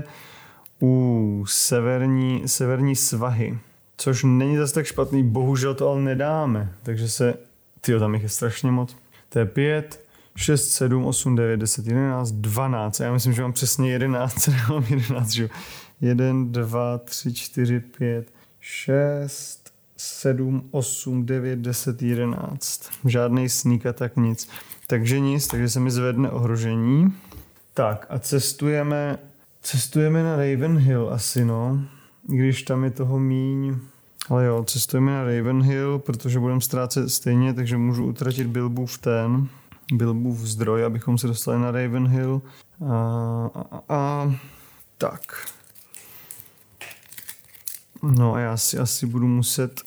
severní svahy, což není zase tak špatný, bohužel to ale nedáme, takže tam jich je strašně moc. To je 5, 6, 7, 8, 9, 10, 11, 12. Já myslím, že mám přesně 11, mám 11, že 1, 2, 3, 4, 5, 6, 7, 8, 9, 10, 11. Žádnej sneak a tak nic. Takže nic, takže se mi zvedne ohrožení. Tak a cestujeme na Ravenhill asi, no. Když tam je toho míň. Ale jo, cestujeme na Ravenhill, protože budeme ztrácet stejně, takže můžu utratit Bilbův zdroj, abychom se dostali na Ravenhill. Tak. No a já si asi budu muset...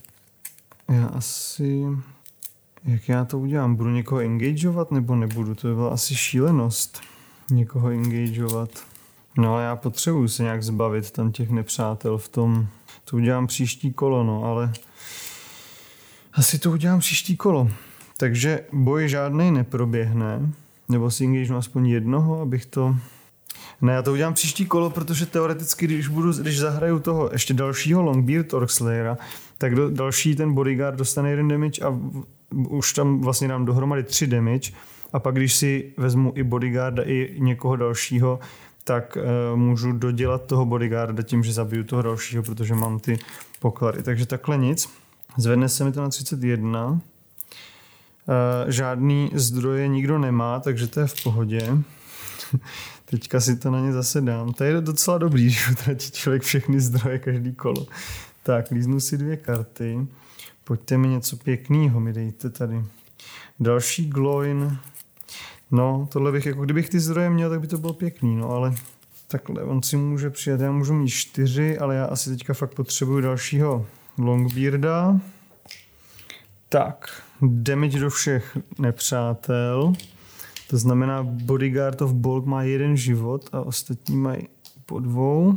Jak já to udělám? Budu někoho engageovat nebo nebudu? To by byla asi šílenost. Někoho engageovat. No ale já potřebuju se nějak zbavit tam těch nepřátel v tom. To udělám příští kolo, no ale... Asi to udělám příští kolo. Takže boj žádnej neproběhne. Nebo si engagenu aspoň jednoho, abych to... Ne, já to udělám příští kolo, protože teoreticky, když zahraju toho ještě dalšího Longbeard Orcslayera, tak další ten bodyguard dostane 1 damage a už tam vlastně dám dohromady 3 damage a pak když si vezmu i bodyguarda i někoho dalšího, tak můžu dodělat toho bodyguarda tím, že zabiju toho dalšího, protože mám ty poklady. Takže takhle nic. Zvedne se mi to na 31. Žádný zdroje nikdo nemá, takže to je v pohodě. Teďka si to na ně zase dám. To je docela dobrý, že utratí člověk všechny zdroje každý kolo. Tak, líznu si 2 karty. Pojďte mi něco pěknýho, mi dejte tady. Další Gloin. No, tohle bych, jako kdybych ty zdroje měl, tak by to bylo pěkný, no ale takhle, on si může přijet. Já můžu mít 4, ale já asi teďka fakt potřebuju dalšího Longbearda. Tak, damage do všech nepřátel. To znamená, Bodyguard of Bolg má 1 život a ostatní mají po 2.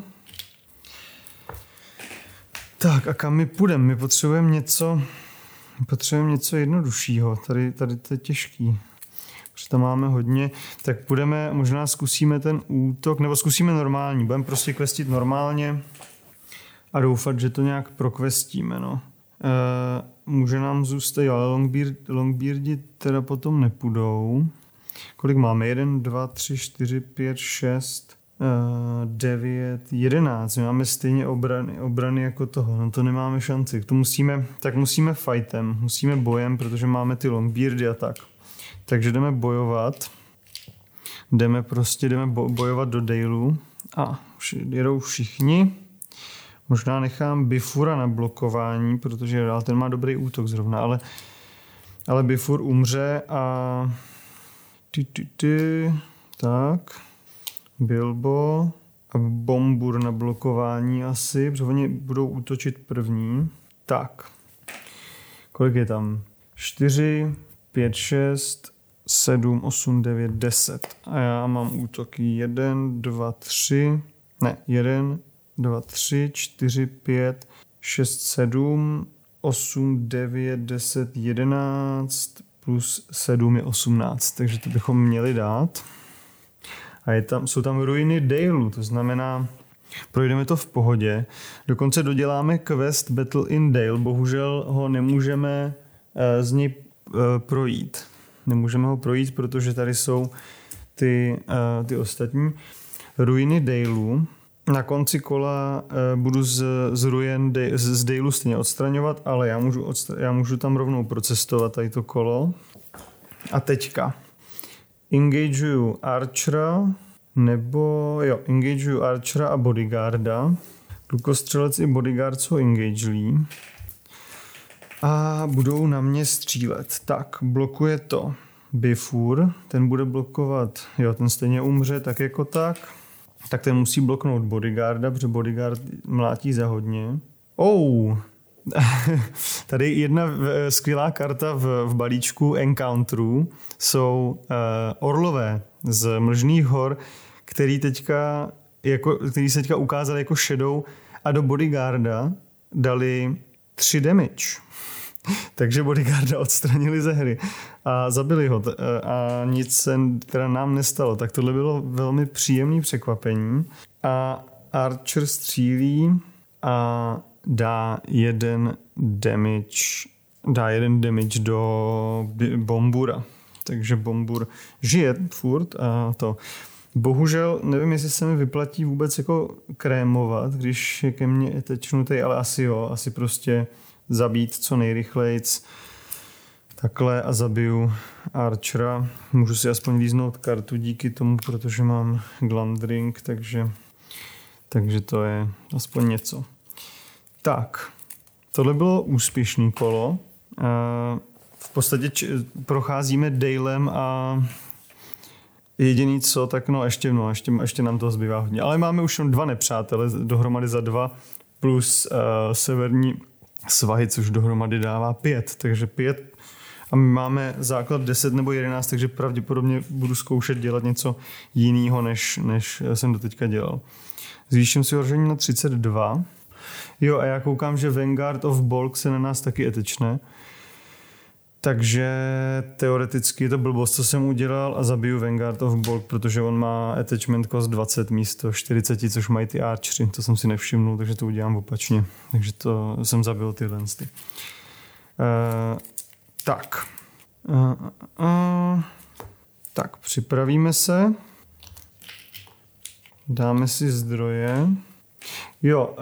Tak a kam my půjdeme? My potřebujeme něco jednoduššího. Tady to je těžký. Protože tam máme hodně. Tak možná zkusíme ten útok, nebo zkusíme normální. Budeme prostě questit normálně a doufat, že to nějak prokvestíme, no. Může nám zůstat, ale Longbeardi teda potom nepůjdou. Kolik máme? 1, 2, 3, 4, 5, 6, 9, 11. My máme stejně obrany jako toho. No to nemáme šanci. Musíme fightem, musíme bojem, protože máme ty Longbeardy a tak. Takže jdeme bojovat. Jdeme bojovat do Daleu. A jedou všichni. Možná nechám Bifura na blokování, protože ten má dobrý útok zrovna, ale Bifur umře a tak Bilbo a Bombur na blokování asi, protože oni budou útočit první. Tak. Kolik je tam? 4, 5, 6, 7, 8, 9, 10. A já mám útoky 1, 2, 3, 4, 5, 6, 7, 8, 9, 10, 11 plus 7 je 18, takže to bychom měli dát. A jsou tam ruiny Daleu, to znamená, projdeme to v pohodě. Dokonce doděláme quest Battle in Dale, bohužel ho nemůžeme z něj projít. Nemůžeme ho projít, protože tady jsou ty ostatní. Ruiny Daleu. Na konci kola budu z Daleu stejně odstraňovat, ale já můžu tam rovnou procestovat tady to kolo. A teďka engageuju Archera, engageuju Archera a Bodyguarda. Lukostřelec i Bodyguard jsou engagelí. A budou na mě střílet. Tak, blokuje to Bifur, ten bude blokovat, ten stejně umře, tak jako tak. Tak ten musí bloknout Bodyguarda, protože Bodyguard mlátí za hodně. Tady jedna skvělá karta v balíčku Encounterů jsou orlové z Mlžných hor, který se teďka ukázal jako Shadow a do Bodyguarda dali 3 damage. Takže Bodyguarda odstranili ze hry a zabili ho a nic se teda nám nestalo. Tak tohle bylo velmi příjemné překvapení. A Archer střílí a dá jeden damage do Bombura. Takže Bombur žije furt a to. Bohužel nevím, jestli se mi vyplatí vůbec jako krémovat, když je ke mně tečnutej, ale asi prostě zabít co nejrychlejc takhle a zabiju Archera. Můžu si aspoň líznout kartu díky tomu, protože mám Glamdring, takže to je aspoň něco. Tak, tohle bylo úspěšný kolo. V podstatě procházíme Dalem a jediný co, tak ještě nám toho zbývá hodně. Ale máme už 2 nepřátele, dohromady za 2 plus severní svahy, což dohromady dává 5. Takže 5 a my máme základ 10 nebo 11, takže pravděpodobně budu zkoušet dělat něco jiného, než jsem doteďka dělal. Zvýším si ohrožení na 32. Jo, a já koukám, že Vanguard of Bulk se na nás taky etečne. Takže teoreticky je to blbost, co jsem udělal a zabiju Vanguard of Bulk, protože on má attachment cost 20 místo 40, což mají ty archeři. To jsem si nevšimnul, takže to udělám opačně. Takže to jsem zabil tyhle. Tak. Tak, připravíme se. Dáme si zdroje. Jo,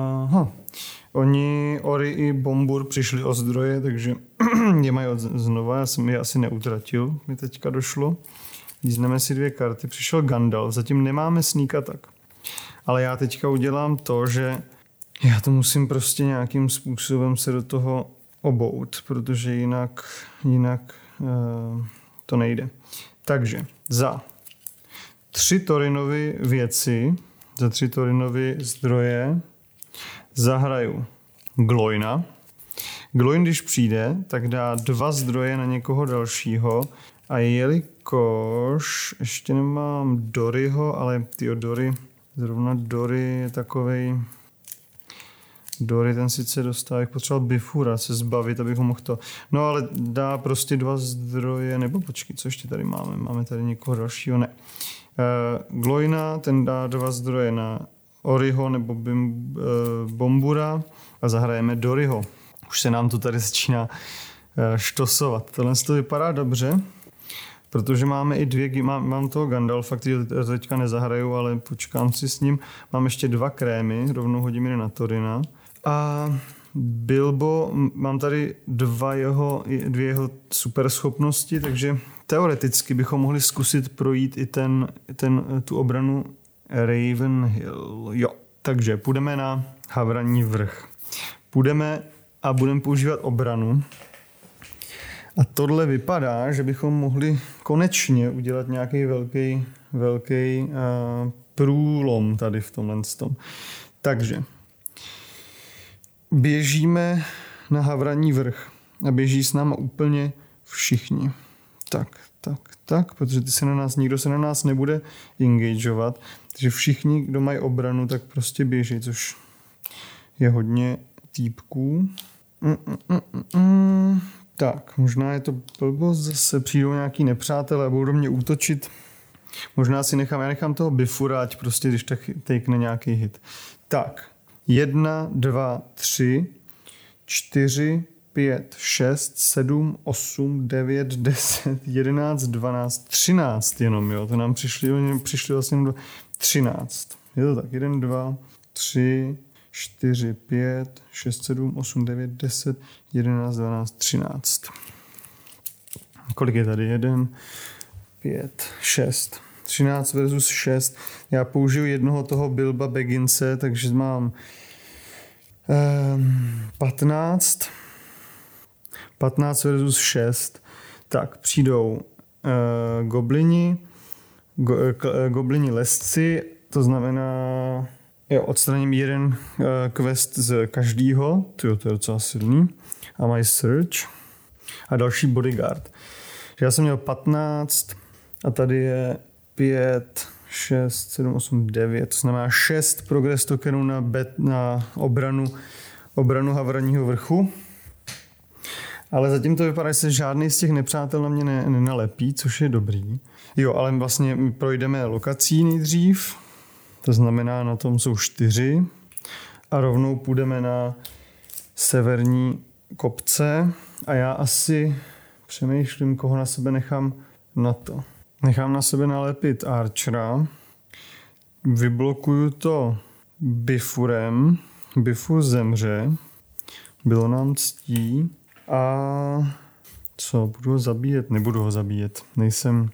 oni, Ori i Bombur přišli o zdroje, takže je mají znova, já jsem je asi neutratil, mi teďka došlo. Lízneme si 2 karty, přišel Gandalf, zatím nemáme sneak attack. Ale já teďka udělám to, že já to musím prostě nějakým způsobem se do toho obout, protože jinak to nejde. Takže za 3 Thorinovy věci, za 3 Thorinovy zdroje zahraju Gloina. Gloin, když přijde, tak dá 2 zdroje na někoho dalšího a jelikož ještě nemám Doryho, ale zrovna Dory je takovej... Dory ten sice dostává, jak potřeboval Bifura se zbavit, abych ho mohl to... No ale dá prostě 2 zdroje, nebo počkej, co ještě tady máme? Máme tady někoho dalšího? Ne. Gloina, ten dá 2 zdroje na Oriho nebo Bombura a zahrajeme Doryho. Už se nám to tady začíná štosovat. Tohle to vypadá dobře, protože máme i 2, mám toho Gandalfa, který teďka nezahraju, ale počkám si s ním. Mám ještě 2 krémy, rovnou hodím je na Thorina. A Bilbo, mám tady 2 jeho super schopnosti, takže teoreticky bychom mohli zkusit projít i tu obranu Ravenhill. Jo, takže půjdeme na Havranní vrch. Budeme používat obranu. A tohle vypadá, že bychom mohli konečně udělat nějaký velký průlom tady v tomhle tom. Takže běžíme na Havranní vrch a běží s náma úplně všichni. Tak, protože nikdo se na nás nebude engageovat, takže všichni, kdo mají obranu, tak prostě běží, což je hodně týpků. Tak, možná je to blbost, zase přijdou nějaký nepřátelé a budou do mě útočit. Možná si nechám toho Bifura, ať prostě když tak takne nějaký hit. Tak, 1, 2, 3, 4, 5, 6, 7, 8, 9, 10, 11, 12, 13 jenom, jo. To nám přišli vlastně 13. Je to tak, 1, 2, 3, 4, 5, 6, 7, 8, 9, 10, 11, 12, 13. Kolik je tady? 1, 5, 6. 13 versus 6. Já použiju jednoho toho Bilba Bagginse, takže mám 15. 15 versus 6. Tak, přijdou goblini, goblini lesci, to znamená, odstraním 1 quest z každýho, to je docela silný, a mají search a další bodyguard. Já jsem měl 15 a tady je 5, 6, 7, 8, 9, to znamená 6 progress tokenů na obranu Havranního vrchu. Ale zatím to vypadá, že se žádný z těch nepřátel na mě nenalepí, což je dobrý. Jo, ale vlastně projdeme lokací nejdřív, to znamená, na tom jsou 4 a rovnou půjdeme na severní kopce a já asi přemýšlím, koho na sebe nechám na to. Nechám na sebe nalepit Archera, vyblokuju to Bifurem, Bifur zemře, Bylo nám ctí. A co, budu ho zabíjet? Nebudu ho zabíjet. Nejsem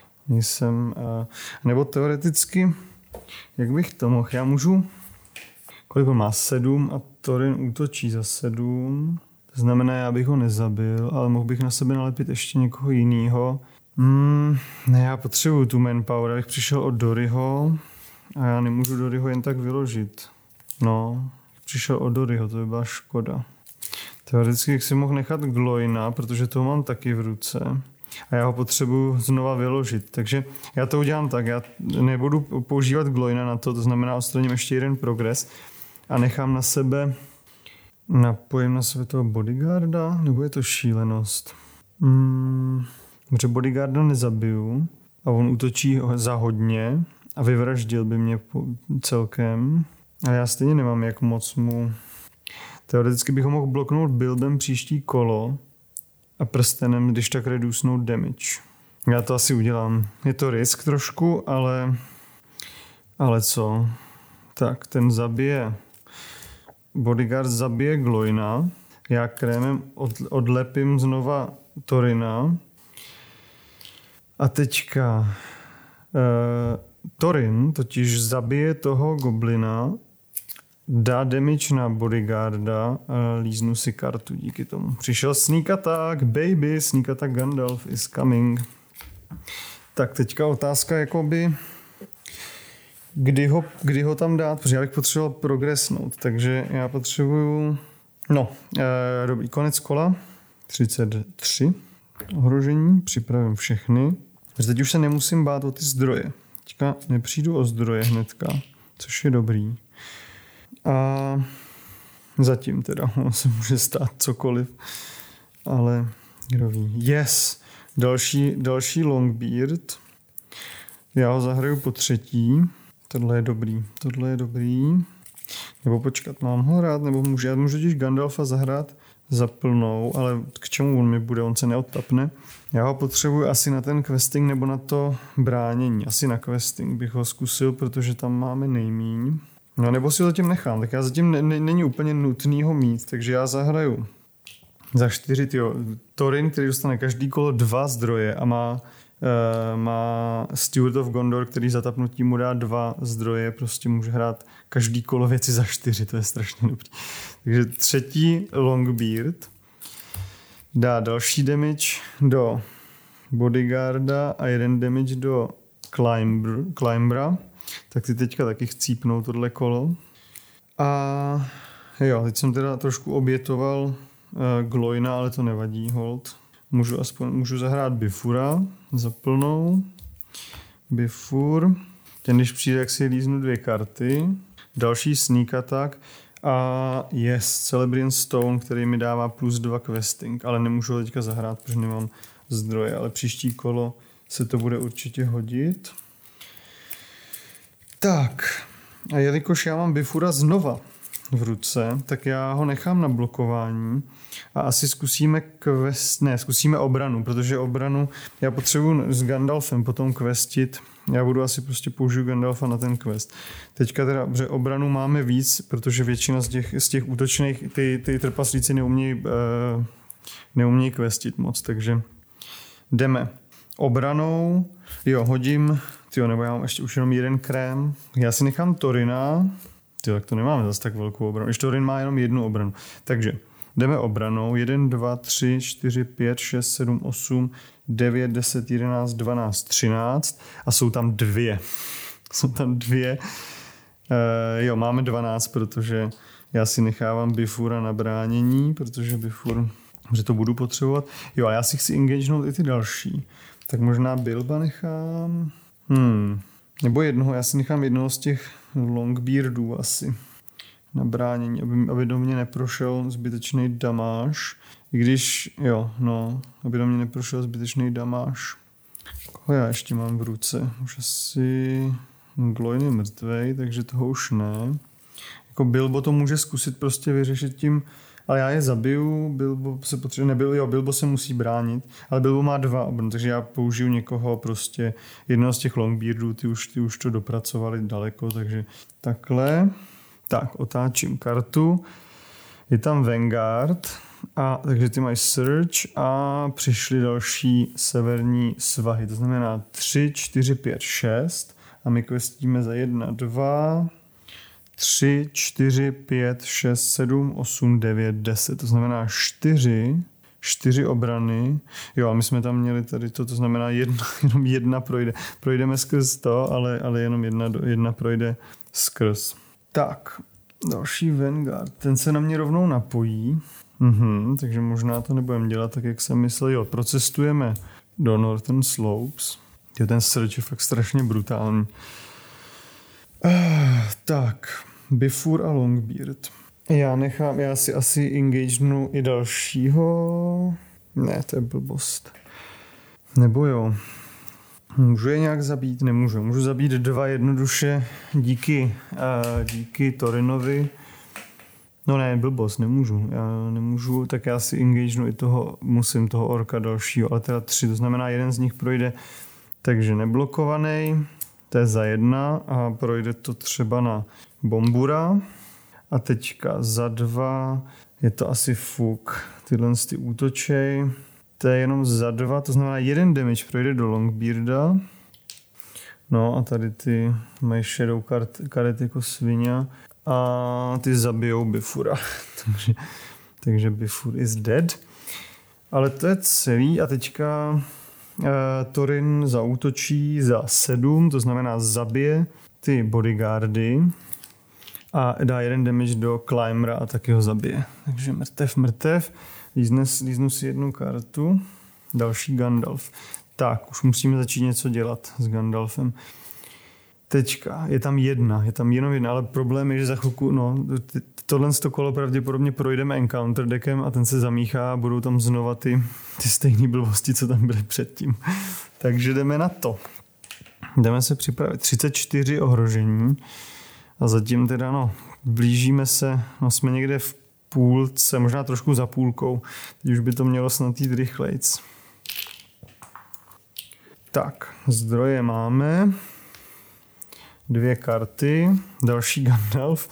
nebo teoreticky, jak bych to mohl? Já můžu, kolik on má? 7 a Thorin útočí za 7. To znamená, já bych ho nezabil, ale mohl bych na sebe nalepit ještě někoho jiného. Ne, já potřebuju tu manpower, abych přišel od Doryho a já nemůžu Doryho jen tak vyložit. No, přišel od Doryho, to by byla škoda. Teoreticky bych si mohl nechat Gloina, protože toho mám taky v ruce a já ho potřebuju znova vyložit. Takže já to udělám tak, já nebudu používat Gloina na to znamená odstraním ještě jeden progres a nechám na sebe, napojím na sebe toho bodyguarda, nebo je to šílenost? Protože bodyguarda nezabiju a on útočí za hodně a vyvraždil by mě celkem a já stejně nemám jak moc mu. Teoreticky bych ho mohl bloknout buildem příští kolo a prstenem, když tak reducenout damage. Já to asi udělám. Je to risk trošku, ale co? Tak, ten zabije. Bodyguard zabije Gloina. Já krémem odlepím znova Thorina. A teďka Thorin totiž zabije toho goblina, dá damage na bodyguarda a líznu si kartu díky tomu. Přišel sneak attack, baby, sneak attack Gandalf is coming. Tak teďka otázka jakoby, kdy ho tam dát, protože já bych potřeboval progresnout, takže já potřebuju, dobrý, konec kola, 33 ohrožení, připravím všechny, protože teď už se nemusím bát o ty zdroje. Teďka nepřijdu o zdroje hnedka, což je dobrý. A zatím teda, ono se může stát cokoliv, ale kdo ví. Yes, další Longbeard. Já ho zahraju po 3. Tohle je dobrý. Nebo počkat, mám ho hrát, nebo já můžu totiž Gandalfa zahrát za plnou, ale k čemu on mi bude, on se neodtapne. Já ho potřebuji asi na ten questing nebo na to bránění. Asi na questing bych ho zkusil, protože tam máme nejmíň. No nebo si ho zatím nechám, tak já zatím není úplně nutný ho mít, takže já zahraju za 4 Thorin, který dostane každý kolo 2 zdroje a má Steward of Gondor, který zatapnutí mu dá 2 zdroje, prostě může hrát každý kolo věci za 4, to je strašně dobrý. Takže 3. Longbeard dá další damage do bodyguarda a 1 damage do climbera. Tak ty teďka taky chcípnou tohle kolo. A jo, teď jsem teda trošku obětoval Gloina, ale to nevadí, hold. Můžu zahrát Bifura za plnou. Bifur. Ten, když přijde, jak si líznu 2 karty. Další sneak attack. A Celebrian Stone, který mi dává +2 questing, ale nemůžu ho teďka zahrát, protože nemám zdroje, ale příští kolo se to bude určitě hodit. Tak, a jelikož já mám Bifura znova v ruce, tak já ho nechám na blokování a asi zkusíme obranu, protože obranu já potřebuji s Gandalfem potom questit. Já budu asi prostě použiju Gandalfa na ten quest. Teďka teda, protože obranu máme víc, protože většina z těch útočných, ty trpaslíci neumějí questit moc, takže jdeme obranou. Jo, hodím, nebo já mám ještě už jenom 1 krém. Já si nechám Thorina. Tak to nemáme zase tak velkou obranu. Ještě Thorin má jenom 1 obranu. Takže jdeme obranou. 1, 2, 3, 4, 5, 6, 7, 8, 9, 10, 11, 12, 13 a jsou tam 2. Jo, máme 12, protože já si nechávám Bifura na bránění, protože to budu potřebovat. Jo, a já si chci engagenout i ty další. Tak možná Bilba nechám. Nebo já si nechám jednoho z těch Longbeardů asi na bránění, aby do mě neprošel zbytečný damáž. I když, aby do mě neprošel zbytečný damáž. Koho já ještě mám v ruce? Už asi Gloin je mrtvej, takže toho už ne. Jako Bilbo to může zkusit prostě vyřešit tím, ale já je zabiju, Bilbo se Bilbo se musí bránit, ale Bilbo má 2 obrn, takže já použiju někoho prostě, jednoho z těch Longbeardů, ty už to dopracovali daleko, takže takhle. Tak, otáčím kartu Je tam Vanguard, a takže ty mají Search a přišly další severní svahy. To znamená 3, 4, 5, 6 a my questíme za 1, 2, 3, 4, 5, 6, 7, 8, 9, 10. To znamená 4 obrany. Jo, a my jsme tam měli tady to znamená jenom jedna projde. Projdeme skrz to, ale jenom jedna projde skrz. Tak, další Vanguard. Ten se na mě rovnou napojí. Takže možná to nebudeme dělat tak, jak jsem myslel. Jo, procestujeme do Northern Slopes. Jo, ten search je fakt strašně brutální. Tak, Bifur a Longbeard. Já si asi engagenu i dalšího. Ne, to je blbost. Nebo jo. Můžu je nějak zabít? Nemůžu. Můžu zabít 2 jednoduše díky Torinovi. No ne, blbost, nemůžu. Já nemůžu, tak já si engagenu i musím toho orka dalšího, ale teda 3, to znamená jeden z nich projde, takže neblokovaný, to je za 1 a projde to třeba na Bombura. A teďka za 2 je to asi fuk. Tyhle ty útočej. To je jenom za 2, to znamená 1 damage projde do Longbearda. No a tady ty mají shadow karet jako svině a ty zabijou Bifura. takže Bifur is dead. Ale to je celý a teďka Thorin zaútočí za 7, to znamená zabije ty bodyguardy a dá 1 damage do Climbera a taky ho zabije. Takže mrtev. Líznu si 1 kartu. Další Gandalf. Tak, už musíme začít něco dělat s Gandalfem. Teďka, je tam jenom jedna, ale problém je, že za chvilku, tohle kolo pravděpodobně projdeme encounter deckem a ten se zamíchá a budou tam znova ty stejné blbosti, co tam byly předtím. Takže jdeme na to. Jdeme se připravit. 34 ohrožení a zatím teda, blížíme se, jsme někde v půlce, možná trošku za půlkou. Teď už by to mělo snad jít rychlejc. Tak, zdroje máme. 2 karty, další Gandalf.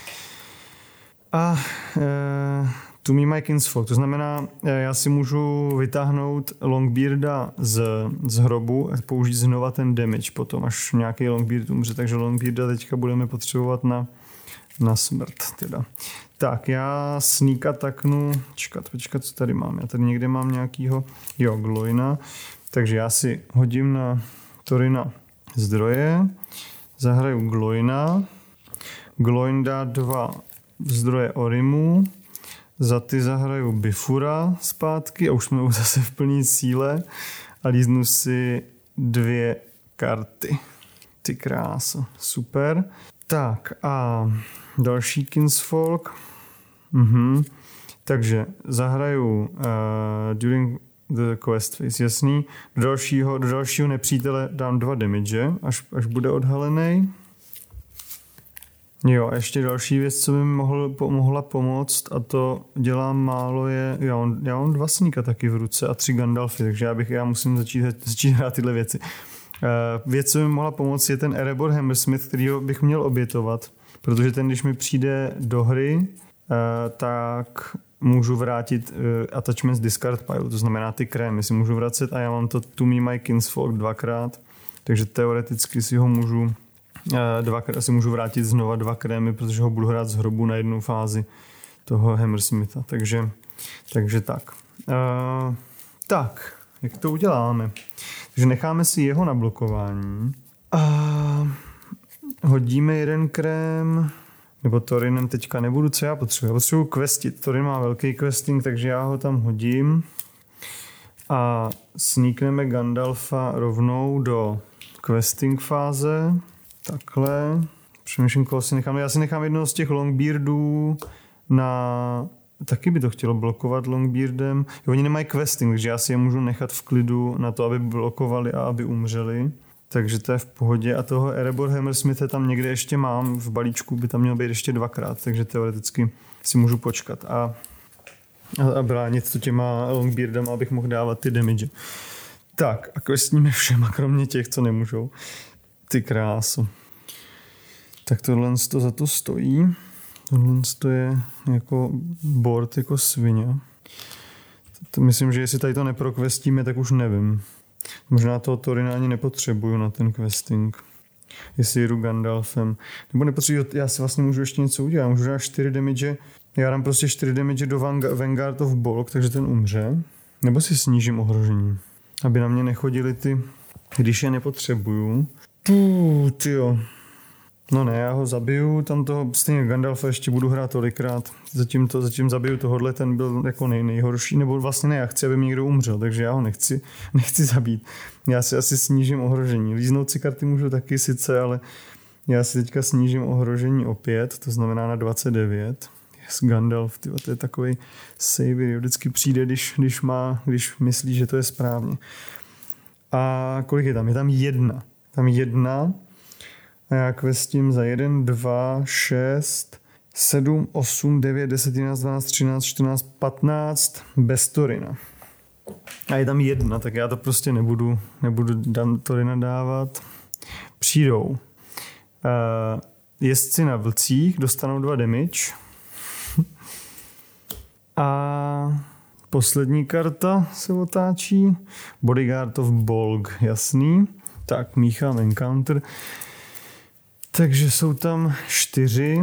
A to me my kinsfolk, to znamená, já si můžu vytáhnout Longbearda z hrobu a použít znova ten damage potom, až nějaký Longbeard umře, takže Longbearda teďka budeme potřebovat na smrt teda. Tak, já sneaka taknu, počkat, co tady mám, já tady někde mám nějakýho, Gloina, takže já si hodím na Thorina zdroje, zahraju Gloina, Gloin dá 2 zdroje Orimu, za ty zahraju Bifura zpátky a už jsme zase v plný síle a líznu si 2 karty. Ty krása, super. Tak a další Kinsfolk. Takže zahraju during the quest phase, jasný. Do dalšího nepřítele dám 2 damage, až bude odhalený. Jo, a ještě další věc, co by mi mohla pomoct, a to dělám málo, je, já mám 2 sneaka taky v ruce a 3 Gandalfy, takže já musím začít hrát tyhle věci. Věc, co by mi mohla pomoct, je ten Erebor Hammersmith, kterýho bych měl obětovat, protože ten, když mi přijde do hry, tak můžu vrátit attachments discard pile, to znamená ty krémy si můžu vracet a já mám to to me my kinsfolk 2krát, takže teoreticky si ho můžu si můžu vrátit znova 2 krémy, protože ho budu hrát z hrobu na 1 fázi toho Hammersmitha, takže tak. Tak, jak to uděláme? Takže necháme si jeho na blokování a hodíme 1 krém, nebo Thorinem teďka nebudu, co já potřebuji. Já potřebuji questit. Thorin má velký questing, takže já ho tam hodím a sneakneme Gandalfa rovnou do questing fáze. Takhle. Přemýšlím, koho si nechám. Já si nechám jednoho z těch Longbeardů taky by to chtělo blokovat Longbeardem. Oni nemají questing, takže já si je můžu nechat v klidu na to, aby blokovali a aby umřeli. Takže to je v pohodě. A toho Erebor Hammersmithe tam někde ještě mám. V balíčku by tam měl být ještě 2krát, takže teoreticky si můžu počkat a bránit to těma Longbeardama, abych mohl dávat ty damage. Tak a questníme všema, kromě těch, co nemůžou. Ty krásu. Tak tohle to za to stojí. Tohle je jako board jako svině. Myslím, že jestli tady to neprokvestíme, tak už nevím. Možná toho Torina ani nepotřebuju na ten questing. Jestli jdu Gandalfem. Nebo nepotřebuji, já si vlastně můžu ještě něco udělat. Můžu dát 4 damage. Já dám prostě 4 damage do Vanguard of Bolg, takže ten umře. Nebo si snížím ohrožení. Aby na mě nechodili ty, když je nepotřebuju. Tyjo. No ne, já ho zabiju, tam toho stejně Gandalfa ještě budu hrát tolikrát. Zatím zabiju tohohle, ten byl jako nejhorší, nebo vlastně ne, já chci, aby mi někdo umřel, takže já ho nechci zabít. Já si asi snížím ohrožení. Líznout si karty můžu taky sice, ale já si teďka snížím ohrožení o 5, to znamená na 29. Yes, Gandalf, tyjo, to je takovej save, vždycky přijde, když myslí, že to je správně. A kolik je tam? Je tam 1. Tam 1. A já questím za 1, 2, 6, 7, 8, 9, 10, 11, 12, 13, 14, 15 bez Torina. A je tam 1, tak já to prostě nebudu Torina dávat. Přijdou jezdci na vlcích, dostanou 2 damage. A poslední karta se otáčí. Bodyguard of Bolg, jasný. Tak, míchám encounter. Takže jsou tam 4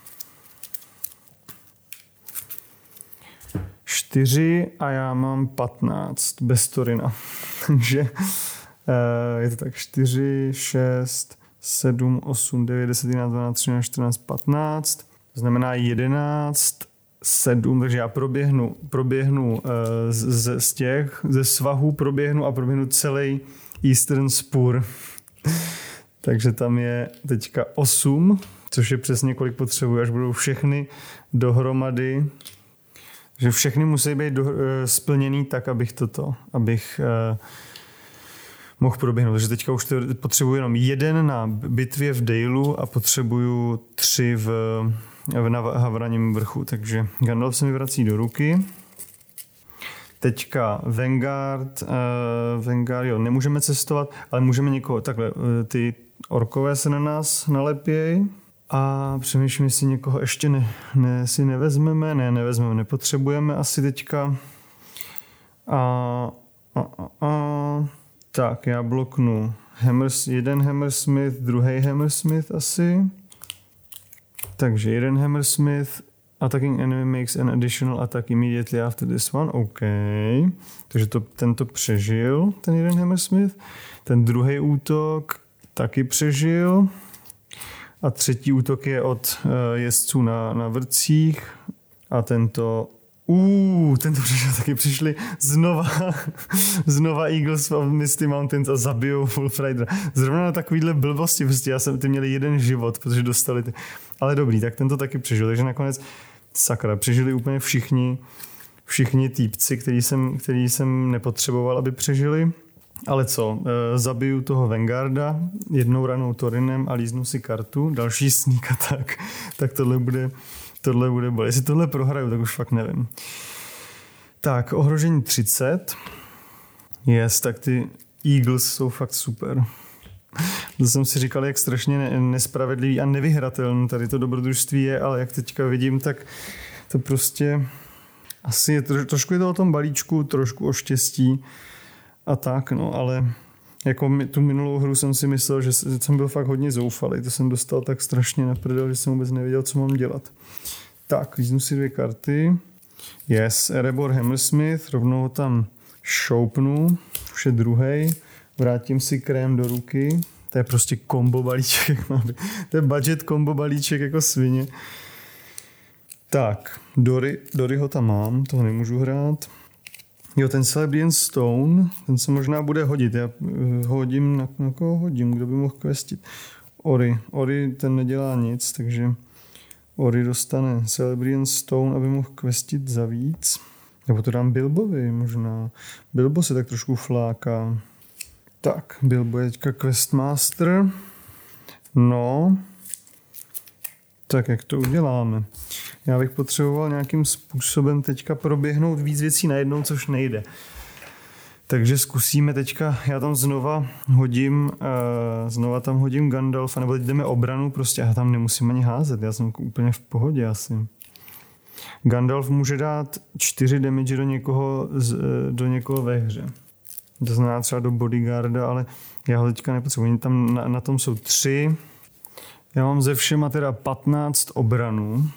a já mám 15 bez Torina. Takže je to tak 4, 6, 7, 8, 9, 10, 11, 12, 13, 14, 15. To znamená 11, 7, takže já proběhnu ze svahu proběhnu celý Eastern Spur. Takže tam je teďka 8, což je přesně kolik potřebuji, až budou všechny dohromady. Že všechny musí být splněný tak, abych mohl proběhnout. Takže teďka už potřebuji jenom 1 na bitvě v Dailu a potřebuju 3 na Havraním vrchu. Takže Gandalf se mi vrací do ruky. Teďka Vanguard, jo, nemůžeme cestovat, ale můžeme někoho, takhle, ty orkové se na nás nalepějí a přemýšlím, jestli někoho ještě si nevezmeme, nepotřebujeme asi teďka. Tak, já bloknu jeden Hammersmith, druhý Hammersmith asi. Takže jeden Hammersmith, attacking enemy makes an additional attack immediately after this one. OK. Takže tento přežil, ten jeden Hammersmith. Ten druhý útok taky přežil. A třetí útok je od jezdců na vrcích. A tento přežil, taky přišli znova Eagles of Misty Mountains a zabijou Wolfridera. Zrovna na takovýhle blbosti, prostě ty měli 1 život, protože dostali ty. Ale dobrý, tak tento taky přežil. Takže nakonec sakra, přežili úplně všichni týpci, který jsem nepotřeboval, aby přežili. Ale co, zabiju toho Vanguarda jednou ranou Torinem a líznu si kartu, další sneak attack, tak tohle bude bolet. Jestli tohle prohraju, tak už fakt nevím. Tak, ohrožení 30. Yes, tak ty Eagles jsou fakt super. To jsem si říkal, jak strašně nespravedlivý a nevyhratelný tady to dobrodružství je, ale jak teďka vidím, tak to prostě asi je trošku je to o tom balíčku, trošku o štěstí a tak, no, ale jako tu minulou hru jsem si myslel, že jsem byl fakt hodně zoufalý, to jsem dostal tak strašně na prdel, že jsem vůbec nevěděl, co mám dělat. Tak, líznu si 2 karty. Yes, Erebor Hammersmith, rovnou ho tam šoupnu, už je druhej, vrátím si krém do ruky, to je prostě kombo balíček, jak má být. To je budget kombo balíček jako svině. Tak, Dory ho tam mám, toho nemůžu hrát. Jo, ten Celebrian Stone, ten se možná bude hodit. Já hodím, na koho hodím, kdo by mohl questit. Ori ten nedělá nic, takže Ori dostane Celebrian Stone, aby mohl questit za víc. Nebo to dám Bilbovi možná. Bilbo se tak trošku fláká. Tak, Bilbo je teďka Questmaster. No, tak jak to uděláme? Já bych potřeboval nějakým způsobem teďka proběhnout víc věcí najednou, což nejde. Takže zkusíme teďka, já tam znova tam hodím Gandalfa, nebo teď jdeme obranu, prostě já tam nemusím ani házet, já jsem úplně v pohodě asi. Gandalf může dát 4 damage do někoho ve hře. To znamená třeba do bodyguarda, ale já ho teďka nepotřebuji. Oni tam na tom jsou 3. Já mám ze všema teda 15 obranu.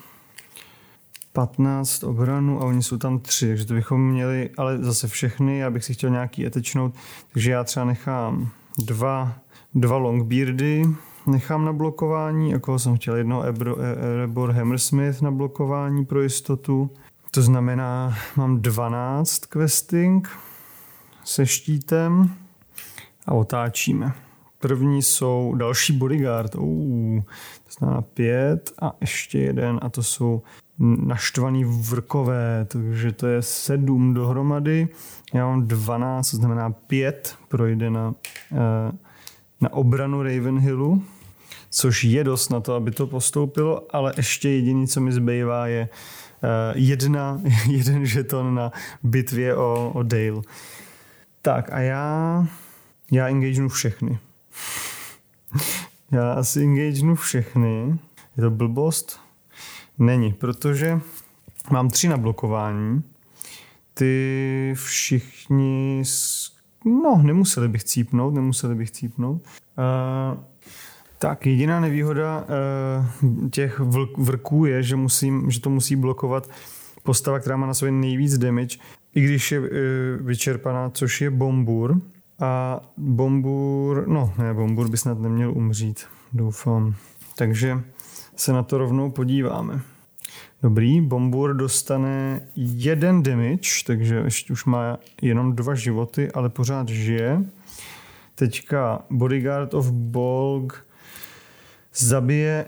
15 obranu a oni jsou tam 3, takže to bychom měli, ale zase všechny, já bych si chtěl nějaký etečnout, takže já třeba nechám dva Longbeardy, nechám na blokování, jako jsem chtěl jednoho Erebor Hammersmith na blokování pro jistotu. To znamená, mám 12 questing se štítem a otáčíme. První jsou další bodyguard, to znamená 5 a ještě jeden a to jsou naštvaný vrkové, takže to je 7 dohromady. Já mám 12, to znamená 5 projde na obranu Ravenhillu, což je dost na to, aby to postoupilo, ale ještě jediný, co mi zbývá, je jeden žeton na bitvě o Dale. Tak a já engagenu všechny. Já asi engagenu všechny. Je to blbost? Není, protože mám 3 na blokování. Ty všichni... nemuseli bych cípnout. Tak, jediná nevýhoda těch vrků je, že to musí blokovat postava, která má na sobě nejvíc damage, i když je vyčerpaná, což je Bombur. A Bombur by snad neměl umřít, doufám. Takže se na to rovnou podíváme. Dobrý, Bombur dostane 1 damage, takže ještě už má jenom 2 životy, ale pořád žije. Teďka Bodyguard of Bolg zabije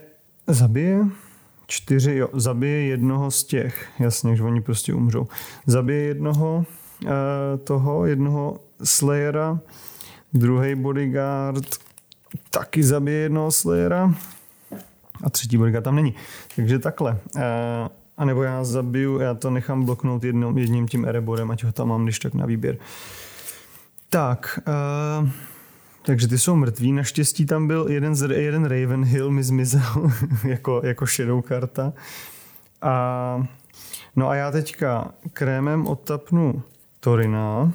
4, zabije jednoho z těch, jasně, že oni prostě umřou. Zabije jednoho Slayera, druhý Bodyguard taky zabije jednoho Slayera a třetí bodyguard tam není. Takže takhle. A nebo já to nechám bloknout jedním tím Ereborem, ať ho tam mám když tak na výběr. Tak, takže ty jsou mrtví. Naštěstí tam byl jeden Ravenhill mi zmizel jako shadow karta. A já teďka krémem odtapnu Torina.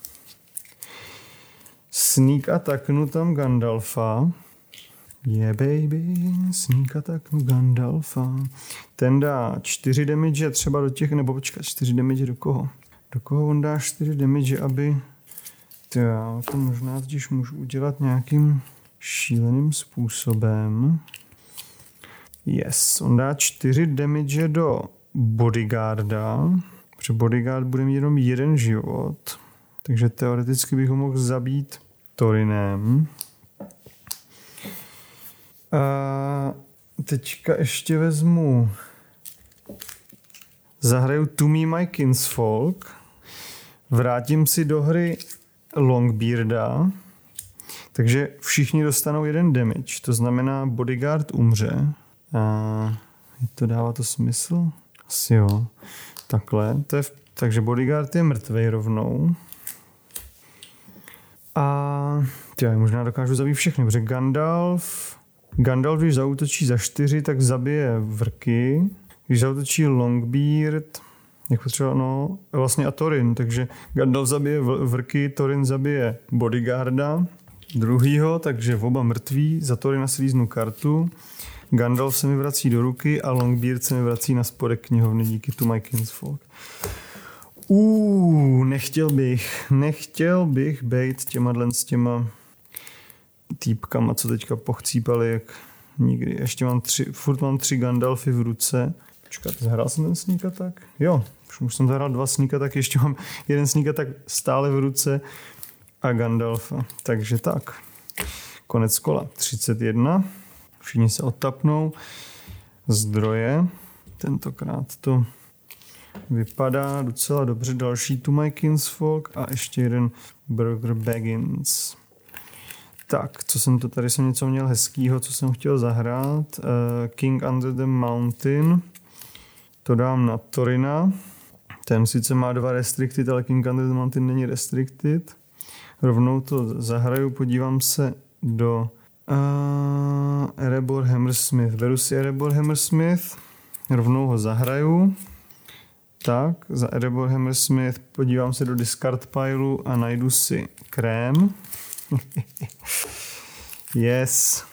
Sneak attacknu tam Gandalfa. Yeah baby, sneak attacknu Gandalfa. Ten dá 4 damage třeba do těch, nebo počkat, 4 damage do koho? Do koho on dá 4 damage, aby... Já to možná totiž můžu udělat nějakým šíleným způsobem. Yes, on dá 4 damage do bodyguarda, protože bodyguard bude mít jenom 1 život, takže teoreticky bych ho mohl zabít Torinem. A teďka ještě zahraju To Me My Kinsfolk, vrátím si do hry Longbearda, takže všichni dostanou 1 damage, to znamená bodyguard umře. To dává to smysl? Asi jo. Takhle. Takže bodyguard je mrtvej rovnou. A já možná dokážu zabít všechny, protože Gandalf, když zaútočí za 4, tak zabije vrky. Když zaútočí Longbeard, jako třeba, vlastně a Thorin, takže Gandalf zabije vrky, Thorin zabije bodyguarda druhýho, takže oba mrtví, za Thorina slíznu kartu, Gandalf se mi vrací do ruky a Longbeard se mi vrací na spodek knihovny díky To My Kinsfolk. Nechtěl bych bejt s těma týpkama, co teďka pochcípali jak nikdy. Ještě furt mám 3 Gandalfy v ruce. Počkat, zahrál jsem ten sneak attack? Jo, už jsem zahrál 2 sneak attack, ještě mám 1 sneak attack stále v ruce a Gandalfa. Takže tak, konec kola 31. Všichni se odtapnou. Zdroje. Tentokrát to vypadá docela dobře. Další To My Kinsfolk a ještě jeden Burger Baggins. Tak, tady jsem něco měl hezkýho, co jsem chtěl zahrát. King Under the Mountain. To dám na Torina. Ten sice má 2 restricted, ale King Under the Mountain není restricted. rovnou to zahraju, podívám se do Erebor Hammersmith. Beru si Erebor Hammersmith, rovnou ho zahraju. Tak, za Erebor Hammersmith podívám se do discard pileu a najdu si krém. Yes.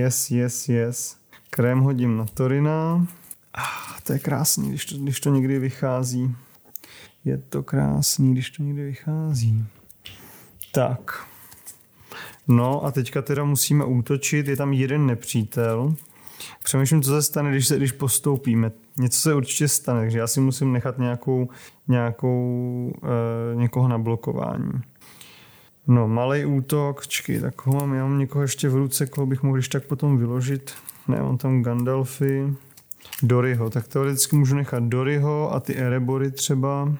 Krém hodím na Torina. To je krásný, když to někdy vychází. Je to krásný, když to někdy vychází. Tak. No a teďka teda musíme útočit. Je tam jeden nepřítel. Přemýšlím, co se stane, když postoupíme. Něco se určitě stane, takže já si musím nechat někoho na blokování. No, malej útok, tak já mám někoho ještě v ruce, koho bych mohl když tak potom vyložit. Ne, mám tam Gandalfy, Doryho, tak teoreticky můžu nechat Doryho a ty Erebory třeba.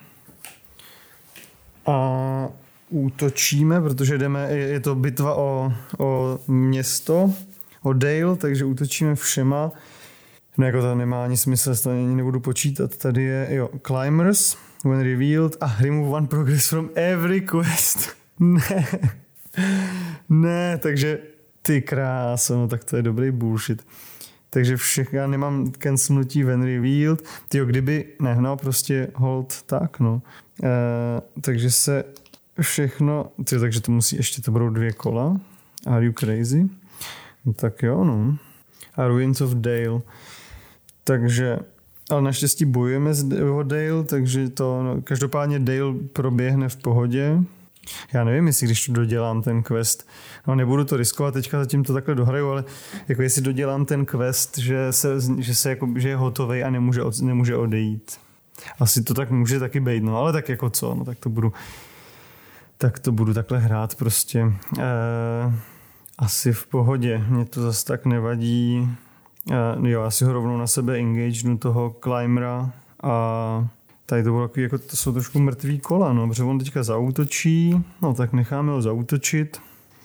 A útočíme, protože je to bitva o město, o Dale, takže útočíme všema. No jako to nemá ani smysl, to ani nebudu počítat. Tady je, Climbers, when revealed, remove one progress from every quest. Ne, takže ty kráso, no tak to je dobrý bullshit. Takže já nemám cancelnutí when revealed. Prostě hold tak, no. Takže se všechno, takže to musí, ještě to budou 2 kola. Are you crazy? No tak jo, no. A Ruins of Dale. Takže, ale naštěstí bojujeme o Dale, takže každopádně Dale proběhne v pohodě. Já nevím, jestli když tu dodělám ten quest, nebudu to riskovat, teďka zatím to takhle dohraju, ale jako jestli dodělám ten quest, že je hotovej a nemůže odejít. Asi to tak může taky být, ale tak jako co, tak to budu takhle hrát prostě. Asi v pohodě, mě to zase tak nevadí. Já si ho rovnou na sebe engagenu toho climbera a tady to bylo takový, jako to jsou trošku mrtvý kola, protože on teďka zaútočí, tak necháme ho zaútočit.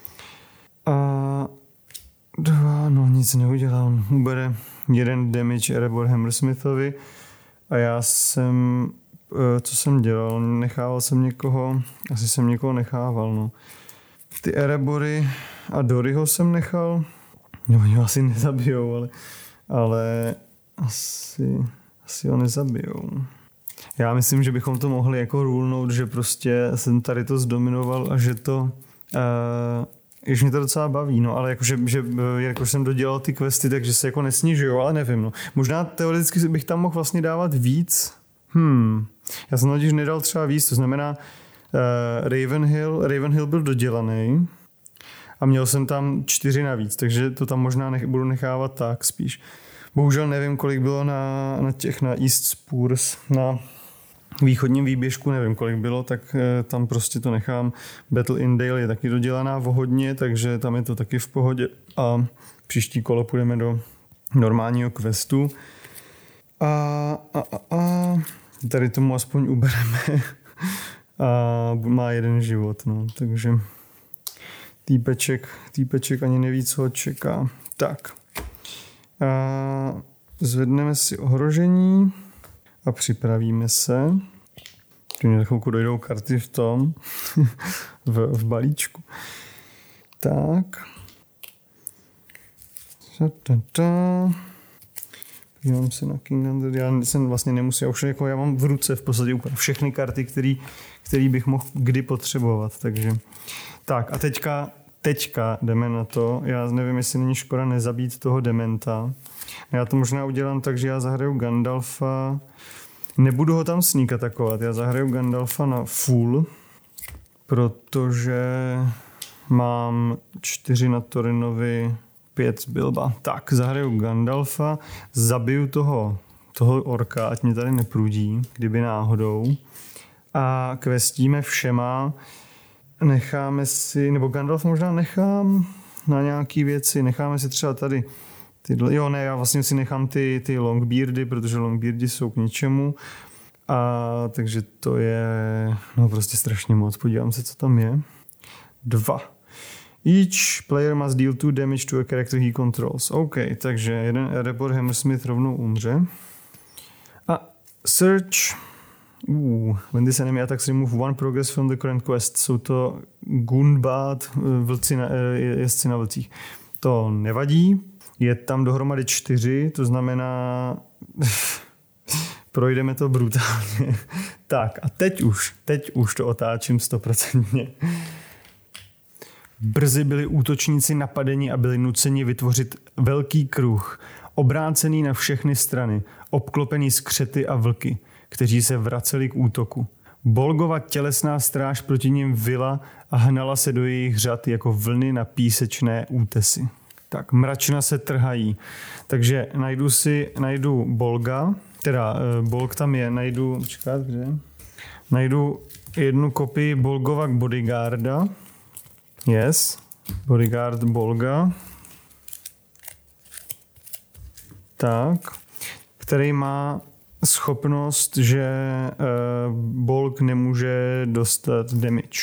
A 2, nic neudělá, on ubere 1 damage Erebor Hammersmithovi a já jsem, co jsem dělal, nechával jsem někoho, asi jsem někoho nechával, Ty Erebory a Doryho jsem nechal, oni ho asi nezabijou, ale asi ho nezabijou. Já myslím, že bychom to mohli jako rulnout, že prostě jsem tady to zdominoval a že to Jež mě to docela baví, ale jakože jsem dodělal ty questy, takže se jako nesnižujou, ale nevím, Možná teoreticky bych tam mohl vlastně dávat víc. Já jsem totiž nedal třeba víc, to znamená Ravenhill byl dodělaný a měl jsem tam 4 navíc, takže to tam možná budu nechávat tak spíš. Bohužel nevím, kolik bylo na East Spurs, na východním výběžku, nevím, kolik bylo, tak tam prostě to nechám. Battle in Dale je taky dodělaná hodně, takže tam je to taky v pohodě a příští kolo půjdeme do normálního questu. A tady tomu aspoň ubereme a má 1 život, takže týpeček ani neví, co ho čeká. Tak. Zvedneme si ohrožení a připravíme se. Mě za chvilku dojdou karty v tom, v balíčku. Tak. Podívám se na Kingdom. Já jsem vlastně nemusel, já mám v ruce v podstatě úplně všechny karty, který bych mohl kdy potřebovat. Takže. Tak a teďka jdeme na to. Já nevím, jestli není škoda nezabít toho dementa. Já to možná udělám tak, že já zahraju Gandalfa. Nebudu ho tam sneak atakovat. Já zahraju Gandalfa na full, protože mám 4 na Torinovi, 5 z Bilba. Tak, zahraju Gandalfa, zabiju toho orka, ať mě tady neprudí, kdyby náhodou. A questíme všema. Necháme si, nebo Gandalf možná nechám na nějaký věci, necháme si třeba tady já vlastně si nechám ty Longbeardy, protože Longbeardy jsou k ničemu. Takže to je prostě strašně moc. Podívám se, co tam je. 2. Each player must deal 2 damage to a character he controls. OK, takže 1 Erebor Hammersmith rovnou umře. A search When this enemy attacks, remove one progress from the current quest. Jsou to Gunbad, jezdci na vlcích. To nevadí. Je tam dohromady 4, to znamená... Projdeme to brutálně. Tak a teď už to otáčím 100%. Brzy byli útočníci napadeni a byli nuceni vytvořit velký kruh, obrácený na všechny strany, obklopený skřety a vlky, kteří se vraceli k útoku. Bolgova tělesná stráž proti nim vyla a hnala se do jejich řad jako vlny na písečné útesy. Tak, mračna se trhají. Takže najdu Bolga, Bolg tam je, najdu jednu kopii Bolgova bodyguarda. Yes, bodyguard Bolga. Tak, který má schopnost, že Bolg nemůže dostat damage.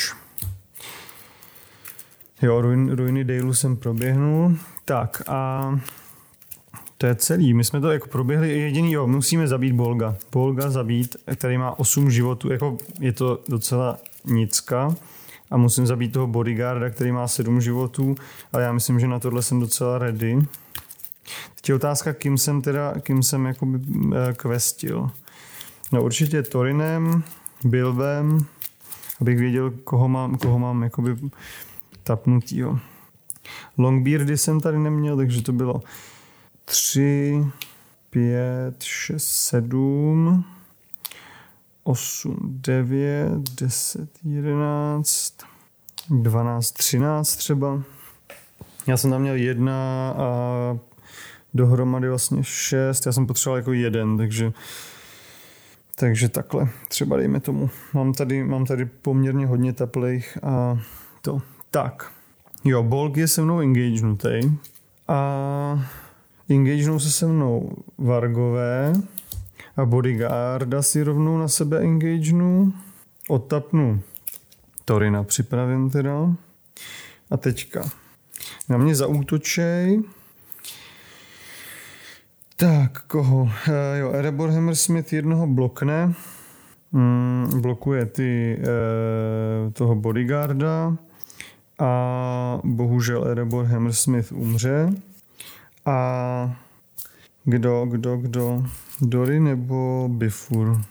Jo, ruiny Dailu jsem proběhnul. Tak a to je celý. My jsme to jako proběhli jediný, musíme zabít Bolga. Bolga zabít, který má 8 životů, jako je to docela nicka. A musím zabít toho bodyguarda, který má 7 životů, ale já myslím, že na tohle jsem docela ready. Teď je otázka, kým jsem jakoby questil. No určitě Torinem, Bilbem, abych věděl, koho mám jakoby tapnutýho. Longbeardy jsem tady neměl, takže to bylo 3, 5, 6, 7, 8, 9, 10, 11, 12, 13 třeba. Já jsem tam měl 1 a dohromady vlastně 6. Já jsem potřeboval jako 1, takže takhle. Třeba dejme tomu. Mám tady poměrně hodně taplejch a to. Tak. Jo, Bolg je se mnou engagenutej a engagenou se mnou Vargové a bodyguarda si rovnou na sebe engagenu. Odtapnu Torina, připravím teda. A teďka. Na mě zaútočej. Tak, koho? Jo, Erebor Hammersmith jednoho blokne. Blokuje toho bodyguarda. A bohužel Erebor Hammersmith umře. A kdo? Dory nebo Bifur?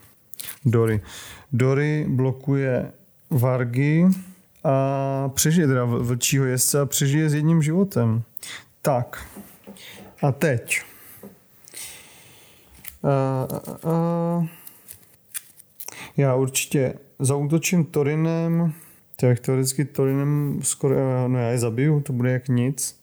Dory blokuje Vargy a přežije teda vlčího jezdce a přežije s 1 životem. Tak. A teď. Já určitě zaútočím Torinem. Teoreticky Torinem skoro, já je zabiju, to bude jak nic.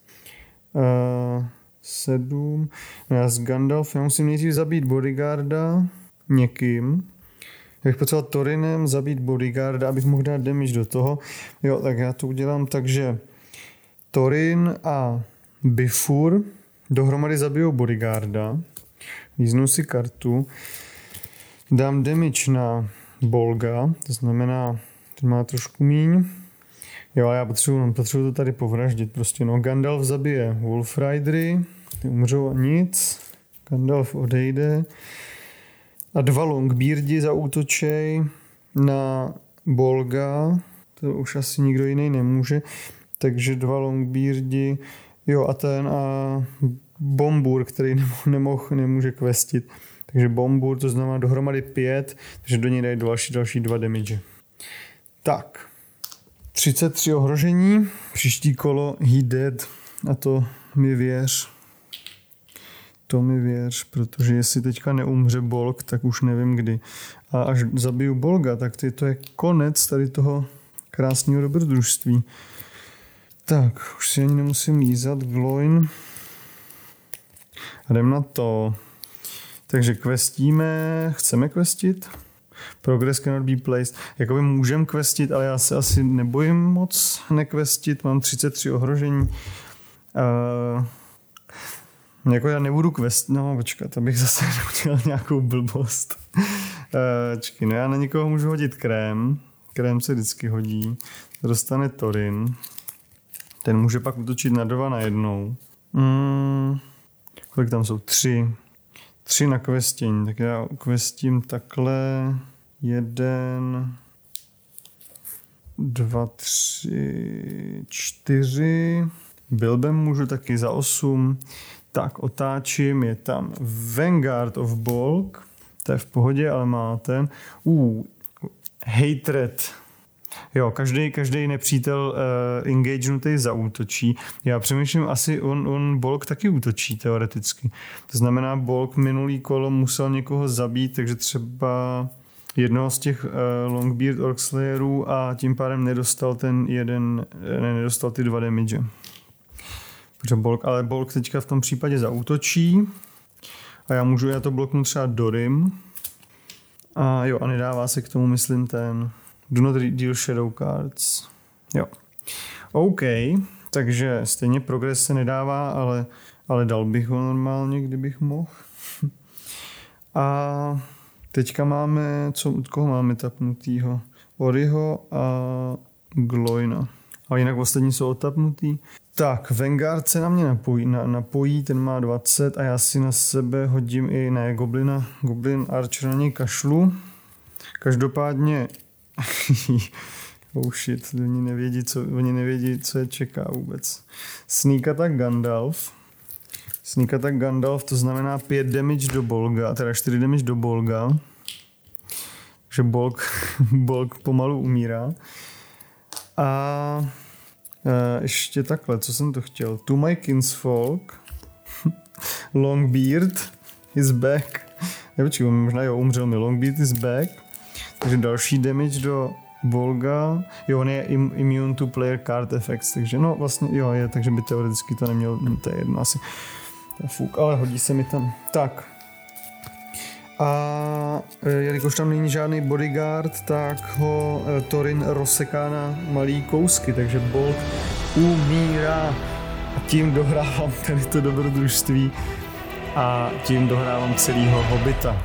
7. Já z Gandalf, já musím nejdřív zabít bodyguarda někým. Já bych potřeboval Torinem zabít bodyguarda, abych mohl dát damage do toho. Jo, tak já to udělám tak, že Torin a Bifur dohromady zabijou bodyguarda. Líznu si kartu. Dám damage na Bolga, to znamená, ten má trošku míň. Jo, já potřebuji to tady povraždit prostě. No, Gandalf zabije Wolfridery, ty umřou a nic. Gandalf odejde. A 2 Longbeardi zaútočej na Bolga. To už asi nikdo jiný nemůže. Takže 2 Longbeardi. Jo, a Bombur, který nemůže questit. Takže Bombur, to znamená dohromady 5, takže do něj dají další 2 damage. Tak. 33 ohrožení. Příští kolo he dead. A to mi věř. Protože jestli teďka neumře Bolg, tak už nevím kdy. A až zabiju Bolga, tak to je konec tady toho krásného dobrodružství. Tak, už si ani nemusím lízat. Gloin. A jdem na to. Takže questíme. Chceme questit? Progress cannot be placed. Jakoby můžem questit, ale já se asi nebojím moc nequestit. Mám 33 ohrožení. Jako já nebudu questit. No počkat, abych zase udělal nějakou blbost. No já na někoho můžu hodit krém. Krém se vždycky hodí. Dostane Torin. Ten může pak útočit na 2 najednou. Kolik tam jsou? 3 na questění. Tak já questím takhle. 1, 2, 3, 4. Bilbem můžu taky za 8. Tak otáčím, je tam Vanguard of Bolg. To je v pohodě, ale má ten. Hatred. Jo, každý nepřítel engagenutý zaútočí. Já přemýšlím, asi on Bolg taky útočí teoreticky. To znamená, Bolg minulý kolo musel někoho zabít, takže třeba jednoho z těch Longbeard Orcslayerů a tím pádem nedostal nedostal ty 2 damage. Ale Bolg teďka v tom případě zaútočí a já to bloknu třeba Dorim. A jo, a nedává se k tomu, myslím, ten Do not deal shadow cards. Jo. OK, takže stejně progres se nedává, ale dal bych ho normálně, kdybych mohl. A teďka máme, od koho máme tapnutýho? Oriho a Gloina. A jinak ostatní jsou odtapnutý. Tak, Vanguard se na mě napojí, ten má 20 a já si na sebe hodím i Goblina. Goblin Archer na něj kašlu. Každopádně oh shit, oni nevědí, co je čeká vůbec. Sneak attack Gandalf, to znamená 5 damage do Bolga, teda 4 damage do Bolga. Takže Bolg pomalu umírá. A ještě takhle, co jsem to chtěl? To my kinsfolk, Longbeard is back. Počkej, možná umřel mi. Longbeard is back. Takže další damage do Bolga. Jo, on je immune to player card effects, takže no vlastně jo, takže by teoreticky to nemělo, to je jedno asi. To je fuk, ale hodí se mi tam. Tak. A jelikož tam není žádný bodyguard, tak ho Thorin rozseká na malý kousky, takže Bolg umírá. A tím dohrávám tady to dobrodružství a tím dohrávám celýho Hobita.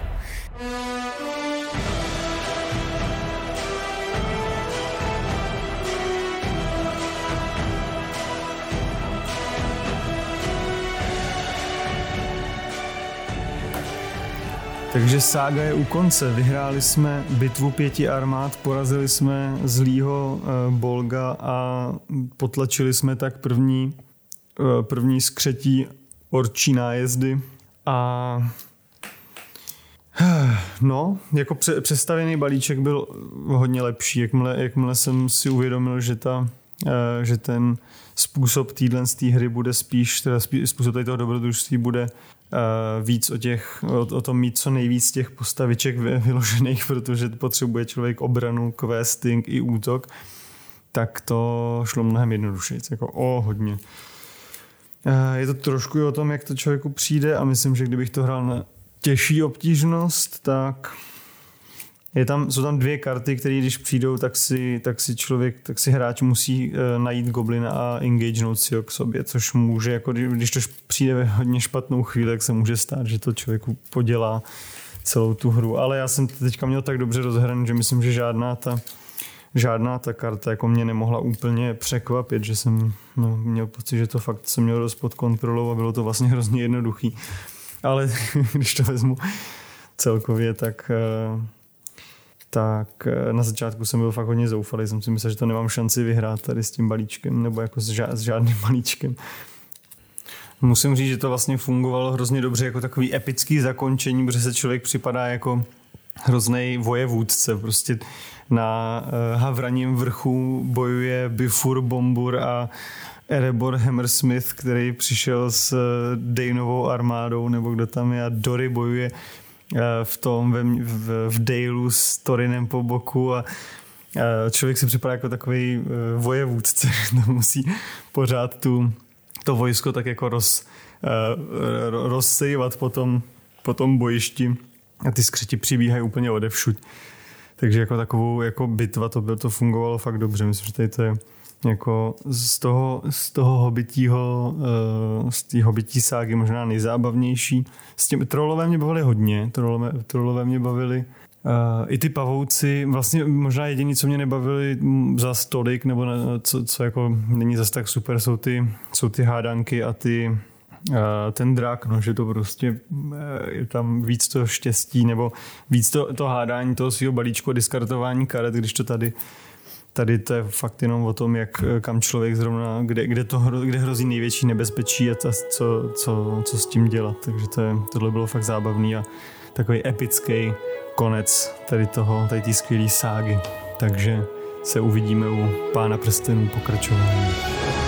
Takže sága je u konce. Vyhráli jsme bitvu 5 armád, porazili jsme zlýho Bolga a potlačili jsme tak první skřetí orčí nájezdy. A no, jako přestavěný balíček byl hodně lepší, jakmile jsem si uvědomil, že ten způsob té hry bude způsob toho dobrodružství bude víc o tom mít co nejvíc těch postaviček vyložených, protože potřebuje člověk obranu, questing i útok, tak to šlo mnohem jednodušeji, jako hodně. Je to trošku o tom, jak to člověku přijde a myslím, že kdybych to hrál na těžší obtížnost, tak jsou tam 2 karty, které když přijdou, tak si hráč musí najít goblina a engagenout si ho k sobě, což může, jako když to přijde ve hodně špatnou chvíli, tak se může stát, že to člověku podělá celou tu hru. Ale já jsem to teďka měl tak dobře rozhraný, že myslím, že žádná ta karta jako mě nemohla úplně překvapit, že jsem měl pocit, že to fakt jsem měl dost pod kontrolou a bylo to vlastně hrozně jednoduchý. Ale když to vezmu celkově, tak na začátku jsem byl fakt hodně zoufalý. Jsem si myslel, že to nemám šanci vyhrát tady s tím balíčkem, nebo jako s žádným balíčkem. Musím říct, že to vlastně fungovalo hrozně dobře jako takový epický zakončení, protože se člověk připadá jako hroznej vojevůdce. Prostě na Havraním vrchu bojuje Bifur Bombur a Erebor Hammersmith, který přišel s Daneovou armádou, nebo kdo tam je, a Dory bojuje v Daleu s Thorinem po boku a člověk si připadá jako takový vojevůdce, to musí pořád to vojsko tak jako rozsejvat po tom bojišti a ty skřeti přibíhají úplně odevšud. Takže jako takovou jako bitva to fungovalo fakt dobře. Myslím, že tady to je jako z toho hobití ságy možná nejzábavnější. S tím trolové mě bavili hodně. Trolové mě bavili. I ty pavouci, vlastně možná jediný, co mě nebavili za stolik, nebo co jako není zas tak super, jsou ty hádanky a ty ten drak, no, že to prostě je tam víc to štěstí nebo víc to hádání toho svého balíčku a diskartování karet, když to tady to je fakt jenom o tom, kam člověk zrovna, kde hrozí největší nebezpečí a co s tím dělat. Takže tohle bylo fakt zábavný a takový epický konec tady té skvělé ságy. Takže se uvidíme u Pána prstenů pokračování.